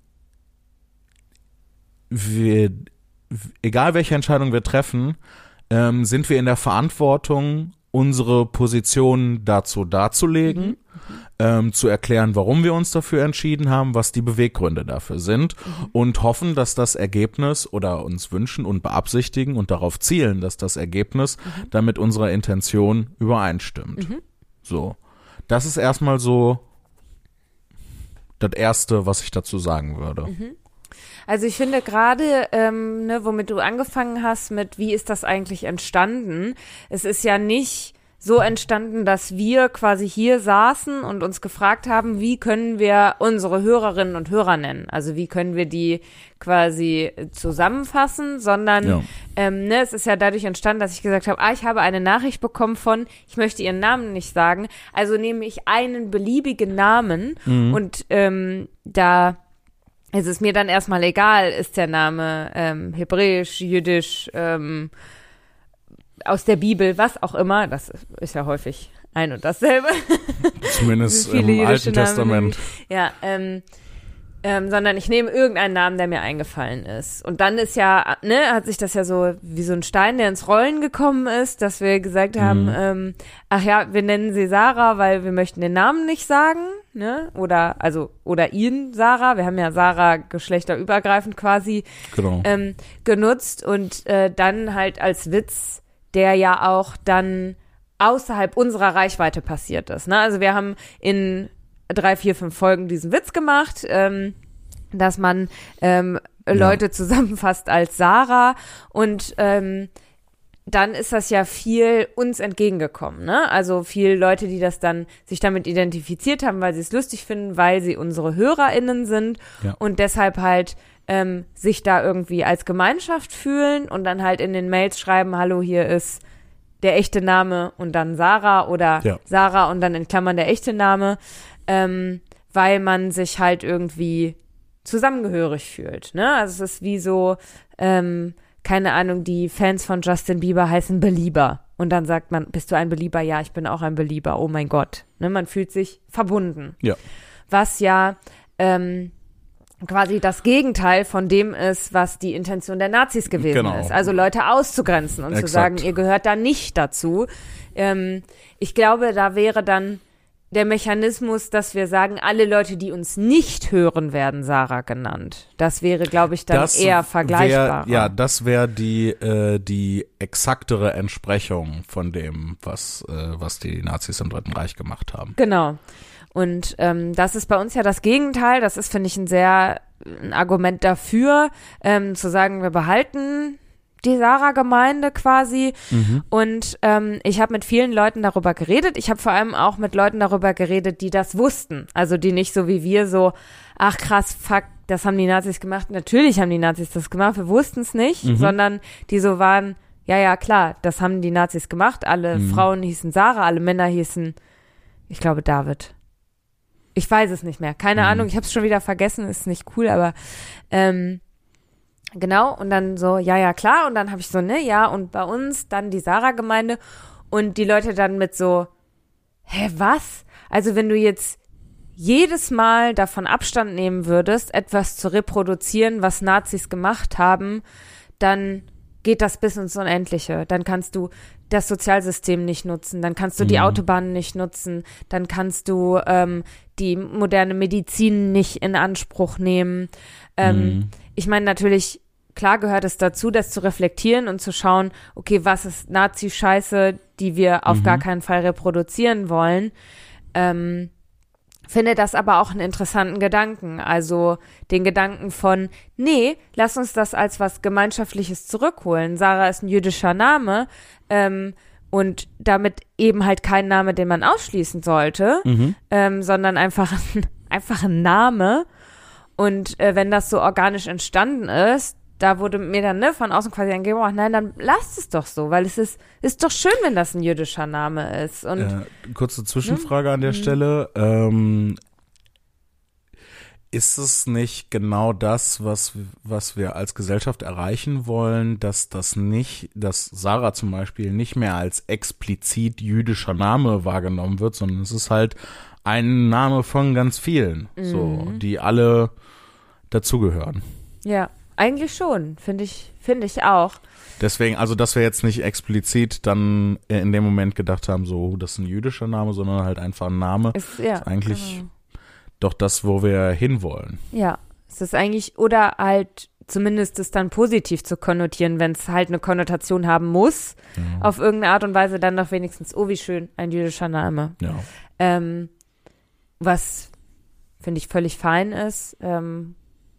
wir, egal welche Entscheidung wir treffen, Ähm, sind wir in der Verantwortung, unsere Position dazu darzulegen, mhm. ähm, zu erklären, warum wir uns dafür entschieden haben, was die Beweggründe dafür sind mhm. und hoffen, dass das Ergebnis oder uns wünschen und beabsichtigen und darauf zielen, dass das Ergebnis mhm. damit unserer Intention übereinstimmt. Mhm. So, das ist erstmal so das Erste, was ich dazu sagen würde. Mhm. Also ich finde gerade, ähm, ne, womit du angefangen hast, mit wie ist das eigentlich entstanden? Es ist ja nicht so entstanden, dass wir quasi hier saßen und uns gefragt haben, wie können wir unsere Hörerinnen und Hörer nennen? Also wie können wir die quasi zusammenfassen, sondern ja. ähm, ne, es ist ja dadurch entstanden, dass ich gesagt habe, ah, ich habe eine Nachricht bekommen von, ich möchte ihren Namen nicht sagen, also nehme ich einen beliebigen Namen mhm. und ähm, da es ist mir dann erstmal egal, ist der Name ähm, hebräisch, jüdisch, ähm, aus der Bibel, was auch immer. Das ist ja häufig ein und dasselbe. Zumindest im Alten Testament. Ja, ähm, ähm, sondern ich nehme irgendeinen Namen, der mir eingefallen ist. Und dann ist ja, ne, hat sich das ja so wie so ein Stein, der ins Rollen gekommen ist, dass wir gesagt haben, mhm. ähm, ach ja, wir nennen sie Sarah, weil wir möchten den Namen nicht sagen, ne, oder, also, oder ihn, Sarah, wir haben ja Sarah geschlechterübergreifend quasi genau. ähm, genutzt und äh, dann halt als Witz, der ja auch dann außerhalb unserer Reichweite passiert ist, ne, also wir haben in drei, vier, fünf Folgen diesen Witz gemacht, ähm, dass man ähm, Leute ja. zusammenfasst als Sarah und ähm, dann ist das ja viel uns entgegengekommen, ne? Also viele Leute, die das dann sich damit identifiziert haben, weil sie es lustig finden, weil sie unsere HörerInnen sind ja. und deshalb halt ähm, sich da irgendwie als Gemeinschaft fühlen und dann halt in den Mails schreiben, hallo, hier ist der echte Name und dann Sarah oder ja. Sarah und dann in Klammern der echte Name. Ähm, weil man sich halt irgendwie zusammengehörig fühlt, ne? Also es ist wie so, ähm, keine Ahnung, die Fans von Justin Bieber heißen Belieber. Und dann sagt man, bist du ein Belieber? Ja, ich bin auch ein Belieber. Oh mein Gott. Ne? Man fühlt sich verbunden. Ja. Was ja ähm, quasi das Gegenteil von dem ist, was die Intention der Nazis gewesen genau. ist. Also Leute auszugrenzen und Exakt. Zu sagen, ihr gehört da nicht dazu. Ähm, ich glaube, da wäre dann der Mechanismus, dass wir sagen, alle Leute, die uns nicht hören, werden Sarah genannt. Das wäre, glaube ich, dann Das eher vergleichbar. Wär, ja, das wäre die äh, die exaktere Entsprechung von dem, was äh, was die Nazis im Dritten Reich gemacht haben. Genau. Und ähm, das ist bei uns ja das Gegenteil. Das ist, finde ich, ein sehr ein Argument dafür, ähm, zu sagen, wir behalten die Sarah-Gemeinde quasi. Mhm. Und ähm, ich habe mit vielen Leuten darüber geredet. Ich habe vor allem auch mit Leuten darüber geredet, die das wussten. Also die nicht so wie wir so, ach krass, fuck, das haben die Nazis gemacht. Natürlich haben die Nazis das gemacht, wir wussten es nicht, Mhm. sondern die so waren, ja, ja, klar, das haben die Nazis gemacht. Alle Mhm. Frauen hießen Sarah, alle Männer hießen, ich glaube, David. Ich weiß es nicht mehr. Keine Mhm. Ahnung, ich habe es schon wieder vergessen, ist nicht cool, aber ähm, genau, und dann so, ja, ja, klar. Und dann habe ich so, ne, ja, und bei uns dann die Sarah-Gemeinde und die Leute dann mit so, hä, was? Also wenn du jetzt jedes Mal davon Abstand nehmen würdest, etwas zu reproduzieren, was Nazis gemacht haben, dann geht das bis ins Unendliche. Dann kannst du das Sozialsystem nicht nutzen, dann kannst du die Mhm. Autobahnen nicht nutzen, dann kannst du ähm, die moderne Medizin nicht in Anspruch nehmen. Ähm, Mhm. Ich meine natürlich, klar gehört es dazu, das zu reflektieren und zu schauen, okay, was ist Nazi-Scheiße, die wir auf Mhm. gar keinen Fall reproduzieren wollen. Ähm, finde das aber auch einen interessanten Gedanken. Also den Gedanken von, nee, lass uns das als was Gemeinschaftliches zurückholen. Sarah ist ein jüdischer Name ähm, und damit eben halt kein Name, den man ausschließen sollte, Mhm. ähm, sondern einfach, einfach ein Name. Und äh, wenn das so organisch entstanden ist, da wurde mir dann ne, von außen quasi angegeben, nein, dann lasst es doch so, weil es ist, ist doch schön, wenn das ein jüdischer Name ist. Und Äh, kurze Zwischenfrage an der Stelle. Ähm, ist es nicht genau das, was, was wir als Gesellschaft erreichen wollen, dass das nicht, dass Sarah zum Beispiel nicht mehr als explizit jüdischer Name wahrgenommen wird, sondern es ist halt ein Name von ganz vielen, so, Mhm. die alle dazugehören. ja, eigentlich schon, finde ich, finde ich auch. Deswegen, also, dass wir jetzt nicht explizit dann in dem Moment gedacht haben, so, das ist ein jüdischer Name, sondern halt einfach ein Name, Ist, ja, ist eigentlich genau. doch das, wo wir hinwollen. Ja, es ist eigentlich, oder halt zumindest es dann positiv zu konnotieren, wenn es halt eine Konnotation haben muss, Ja. auf irgendeine Art und Weise, dann doch wenigstens, oh, wie schön, ein jüdischer Name. Ja. Ähm, was, finde ich, völlig fein ist. Ähm,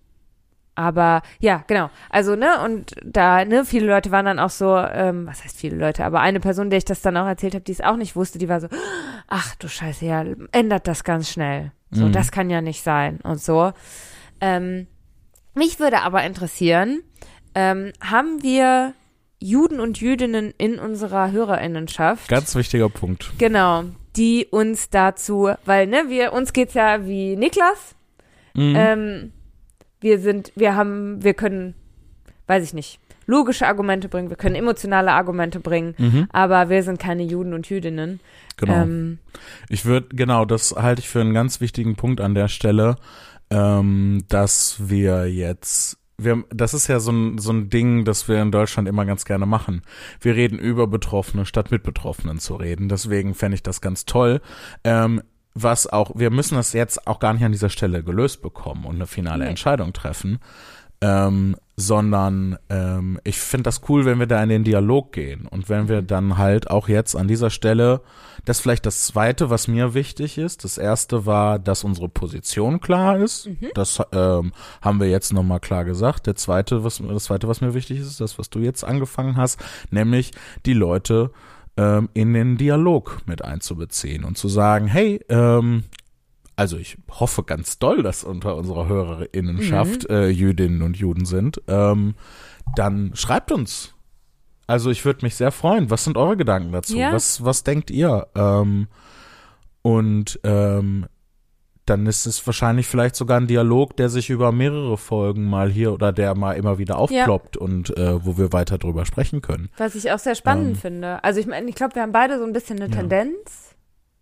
aber ja, genau. Also, ne, und da, ne, viele Leute waren dann auch so, ähm, was heißt viele Leute, aber eine Person, der ich das dann auch erzählt habe, die es auch nicht wusste, die war so, ach du Scheiße, ja, ändert das ganz schnell. So, Mhm. das kann ja nicht sein und so. Ähm, mich würde aber interessieren, ähm, haben wir Juden und Jüdinnen in unserer HörerInnenschaft? Ganz wichtiger Punkt. Genau, die uns dazu, weil, ne, wir, uns geht's ja wie Niklas, Mhm. ähm, wir sind, wir haben, wir können, weiß ich nicht, logische Argumente bringen, wir können emotionale Argumente bringen, Mhm. aber wir sind keine Juden und Jüdinnen. Genau. Ähm, Ich würde, genau, das halte ich für einen ganz wichtigen Punkt an der Stelle, ähm, dass wir jetzt, wir, das ist ja so ein, so ein Ding, das wir in Deutschland immer ganz gerne machen. Wir reden über Betroffene, statt mit Betroffenen zu reden. Deswegen fände ich das ganz toll. Ähm, was auch, wir müssen das jetzt auch gar nicht an dieser Stelle gelöst bekommen und eine finale Nee. Entscheidung treffen. Ähm, sondern ähm, ich finde das cool, wenn wir da in den Dialog gehen und wenn wir dann halt auch jetzt an dieser Stelle, das ist vielleicht das Zweite, was mir wichtig ist. Das Erste war, dass unsere Position klar ist. Mhm. Das ähm, haben wir jetzt nochmal klar gesagt. Der Zweite, was, das Zweite, was mir wichtig ist, ist das, was du jetzt angefangen hast, nämlich die Leute ähm, in den Dialog mit einzubeziehen und zu sagen, hey, ähm, also ich hoffe ganz doll, dass unter unserer HörerInnenschaft Mhm. äh, Jüdinnen und Juden sind, ähm, dann schreibt uns. Also ich würde mich sehr freuen. Was sind eure Gedanken dazu? Ja. Was, was denkt ihr? Ähm, und ähm, dann ist es wahrscheinlich vielleicht sogar ein Dialog, der sich über mehrere Folgen mal hier oder der mal immer wieder aufploppt und äh, wo wir weiter drüber sprechen können. was ich auch sehr spannend Ähm, finde. Also ich meine, ich glaube, wir haben beide so ein bisschen eine ja. Tendenz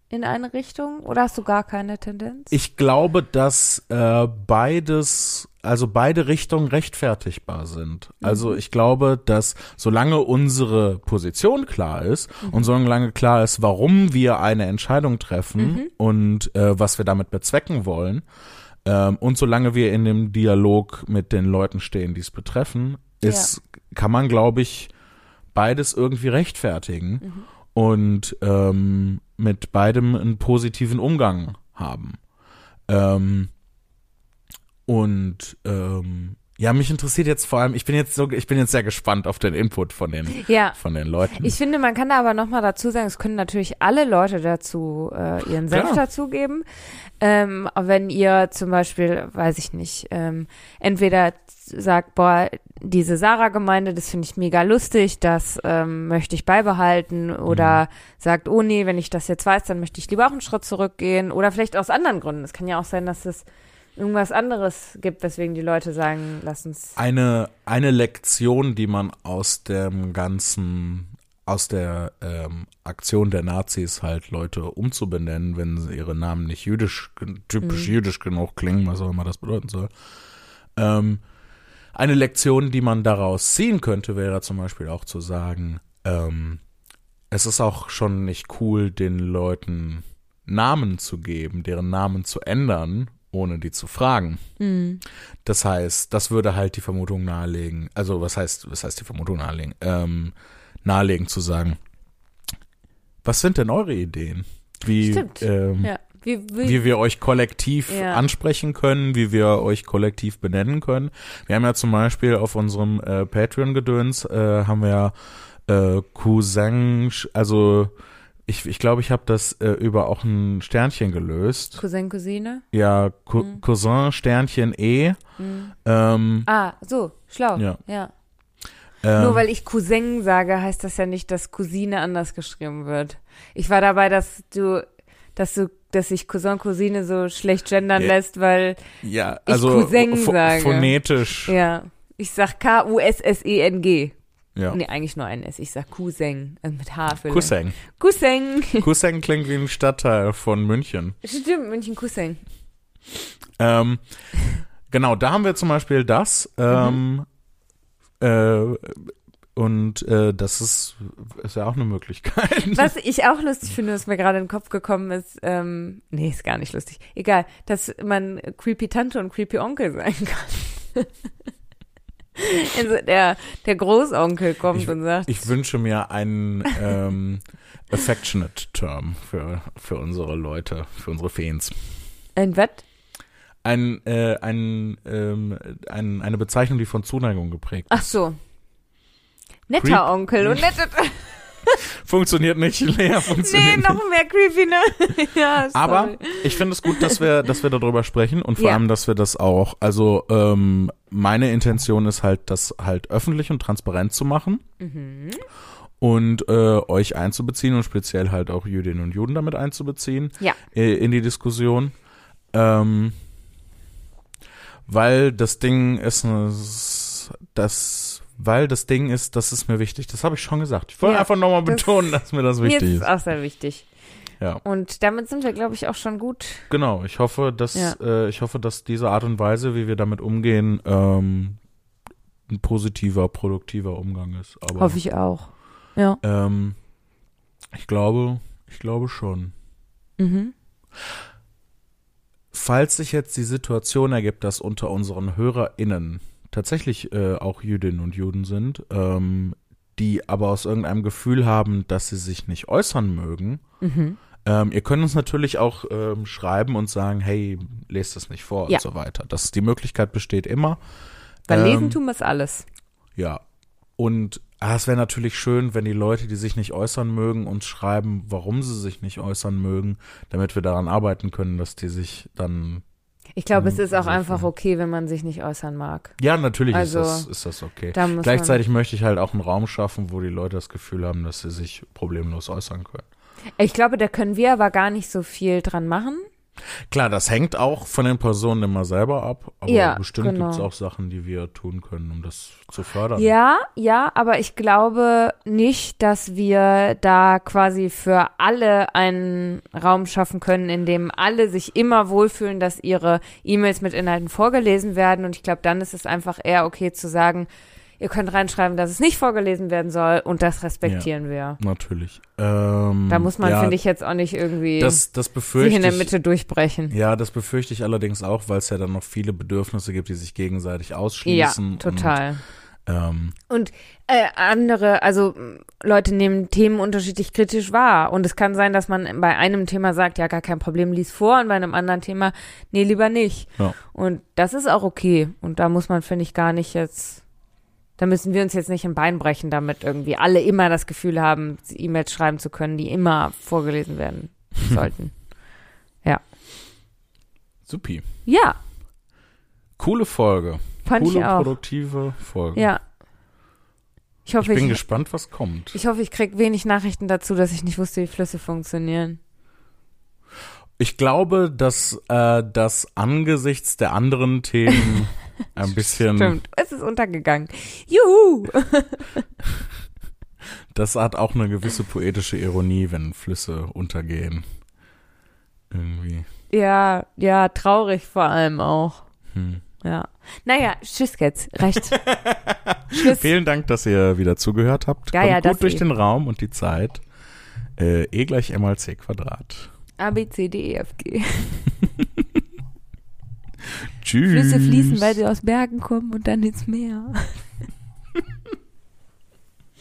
in eine Richtung oder hast du gar keine Tendenz? Ich glaube, dass äh, beides, also beide Richtungen rechtfertigbar sind. Mhm. Also ich glaube, dass solange unsere Position klar ist mhm. und solange klar ist, warum wir eine Entscheidung treffen mhm. und äh, was wir damit bezwecken wollen, ähm, und solange wir in dem Dialog mit den Leuten stehen, die es betreffen, ist, ja. kann man, glaube ich, beides irgendwie rechtfertigen. Mhm. Und ähm, mit beidem einen positiven Umgang haben. Ähm, und ähm, ja, mich interessiert jetzt vor allem, ich bin jetzt so, ich bin jetzt sehr gespannt auf den Input von den, ja. von den Leuten. Ich finde, man kann da aber nochmal dazu sagen, es können natürlich alle Leute dazu äh, ihren Senf Klar. dazugeben. Ähm, wenn ihr zum Beispiel, weiß ich nicht, ähm, entweder sagt, boah, diese Sarah-Gemeinde, das finde ich mega lustig, das ähm, möchte ich beibehalten, oder mhm. sagt, oh nee, wenn ich das jetzt weiß, dann möchte ich lieber auch einen Schritt zurückgehen, oder vielleicht aus anderen Gründen. Es kann ja auch sein, dass es irgendwas anderes gibt, weswegen die Leute sagen, lass uns. Eine, eine Lektion, die man aus dem ganzen, aus der ähm, Aktion der Nazis halt Leute umzubenennen, wenn sie ihre Namen nicht jüdisch, typisch mhm. jüdisch genug klingen, was auch immer das bedeuten soll. Ähm, eine Lektion, die man daraus ziehen könnte, wäre zum Beispiel auch zu sagen, ähm, es ist auch schon nicht cool, den Leuten Namen zu geben, deren Namen zu ändern, ohne die zu fragen. Mhm. Das heißt, das würde halt die Vermutung nahelegen, also was heißt, was heißt die Vermutung nahelegen? Ähm, nahelegen zu sagen, was sind denn eure Ideen? Wie, Stimmt, ähm, ja. Wie, wie, wie wir euch kollektiv ja. ansprechen können, wie wir euch kollektiv benennen können. Wir haben ja zum Beispiel auf unserem äh, Patreon-Gedöns äh, haben wir äh, Cousin, also ich ich glaube, ich habe das äh, über auch ein Sternchen gelöst. Cousin, Cousine? Ja, Co- mhm. Cousin, Sternchen, E. Mhm. Ähm, ah, so, schlau, ja. ja. Ähm, Nur weil ich Cousin sage, heißt das ja nicht, dass Cousine anders geschrieben wird. Ich war dabei, dass du, dass du dass sich Cousin, Cousine so schlecht gendern ja, lässt, weil ja, also ich Cousin ph- sage. Phonetisch. Ja, ich sag K U S S E N G. Ja. Nee, eigentlich nur ein S. Ich sag Cousin, also mit H vielleicht. Cousin. Cousin. Cousin klingt wie ein Stadtteil von München. Stimmt, München Cousin. Ähm, genau, da haben wir zum Beispiel das. Ähm, mhm. äh, Und äh, das ist, ist ja auch eine Möglichkeit. Was ich auch lustig finde, was mir gerade in den Kopf gekommen ist, ähm, nee, ist gar nicht lustig. Egal, dass man Creepy Tante und Creepy Onkel sein kann. Also der, der Großonkel kommt ich, und sagt. Ich wünsche mir einen ähm, affectionate Term für, für unsere Leute, für unsere Fans. Ein was? Ein, äh, ein, ähm, ein, eine Bezeichnung, die von Zuneigung geprägt ist. Ach so. Netter Creep- Onkel und nette. Funktioniert nicht, Lea, funktioniert Nee, noch mehr creepy, ne? Ja, sorry. Aber ich finde es gut, dass wir, dass wir darüber sprechen und vor ja. allem, dass wir das auch, also ähm, meine Intention ist halt, das halt öffentlich und transparent zu machen mhm. und äh, euch einzubeziehen und speziell halt auch Jüdinnen und Juden damit einzubeziehen ja. äh, in die Diskussion. Ähm, weil das Ding ist, das Weil das Ding ist, das ist mir wichtig. Das habe ich schon gesagt. Ich wollte ja, einfach nochmal betonen, dass mir das wichtig ist. Mir ist es auch sehr wichtig. Ja. Und damit sind wir, glaube ich, auch schon gut. Genau. Ich hoffe, dass ja. äh, ich hoffe, dass diese Art und Weise, wie wir damit umgehen, ähm, ein positiver, produktiver Umgang ist. Aber, hoffe ich auch. Ja. Ähm, ich glaube, ich glaube schon. Mhm. Falls sich jetzt die Situation ergibt, dass unter unseren HörerInnen tatsächlich äh, auch Jüdinnen und Juden sind, ähm, die aber aus irgendeinem Gefühl haben, dass sie sich nicht äußern mögen. Mhm. Ähm, ihr könnt uns natürlich auch ähm, schreiben und sagen, hey, lest das nicht vor ja. und so weiter. Das, die Möglichkeit besteht immer. Weil ähm, lesen tun wir es alles. Ja. Und ah, es wäre natürlich schön, wenn die Leute, die sich nicht äußern mögen, uns schreiben, warum sie sich nicht äußern mögen, damit wir daran arbeiten können, dass die sich dann Ich glaube, es ist auch einfach okay, wenn man sich nicht äußern mag. Ja, natürlich also, ist, das, ist das okay. Da Gleichzeitig möchte ich halt auch einen Raum schaffen, wo die Leute das Gefühl haben, dass sie sich problemlos äußern können. Ich glaube, da können wir aber gar nicht so viel dran machen. Klar, das hängt auch von den Personen immer selber ab, aber Ja, bestimmt genau. gibt es auch Sachen, die wir tun können, um das zu fördern. Ja, ja, aber ich glaube nicht, dass wir da quasi für alle einen Raum schaffen können, in dem alle sich immer wohlfühlen, dass ihre E-Mails mit Inhalten vorgelesen werden. Und ich glaube, dann ist es einfach eher okay zu sagen, ihr könnt reinschreiben, dass es nicht vorgelesen werden soll und das respektieren ja, wir. Natürlich. Ähm, Da muss man, ja, finde ich, jetzt auch nicht irgendwie das, das sich befürchte in der ich, Mitte durchbrechen. Ja, das befürchte ich allerdings auch, weil es ja dann noch viele Bedürfnisse gibt, die sich gegenseitig ausschließen. Ja, total. Und, ähm, Und äh, andere, also m, Leute nehmen Themen unterschiedlich kritisch wahr. Und es kann sein, dass man bei einem Thema sagt, ja, gar kein Problem, lies vor. Und bei einem anderen Thema, nee, lieber nicht. ja. Und das ist auch okay. Und da muss man, finde ich, gar nicht jetzt, da müssen wir uns jetzt nicht ein Bein brechen, damit irgendwie alle immer das Gefühl haben, E-Mails schreiben zu können, die immer vorgelesen werden sollten. Ja. Supi. Ja, Coole Folge. fand Coole, ich auch. produktive Folge. Ja. Ich Ich hoffe, bin ich, gespannt, was kommt. ich hoffe, ich krieg wenig Nachrichten dazu, dass ich nicht wusste, wie Flüsse funktionieren. Ich glaube, dass äh, das angesichts der anderen Themen ein bisschen, Stimmt, es ist untergegangen. Juhu! das hat auch eine gewisse poetische Ironie, wenn Flüsse untergehen. Irgendwie. Ja, ja, traurig vor allem auch. Hm. Ja. Naja, tschüss jetzt. Reicht. Tschüss. Vielen Dank, dass ihr wieder zugehört habt. Ja, Kommt ja, das gut durch eben. den Raum und die Zeit. Äh, E gleich M mal C Quadrat. A, B, C, D, E, F, G. Tschüss. Flüsse fließen, weil sie aus Bergen kommen und dann ins Meer.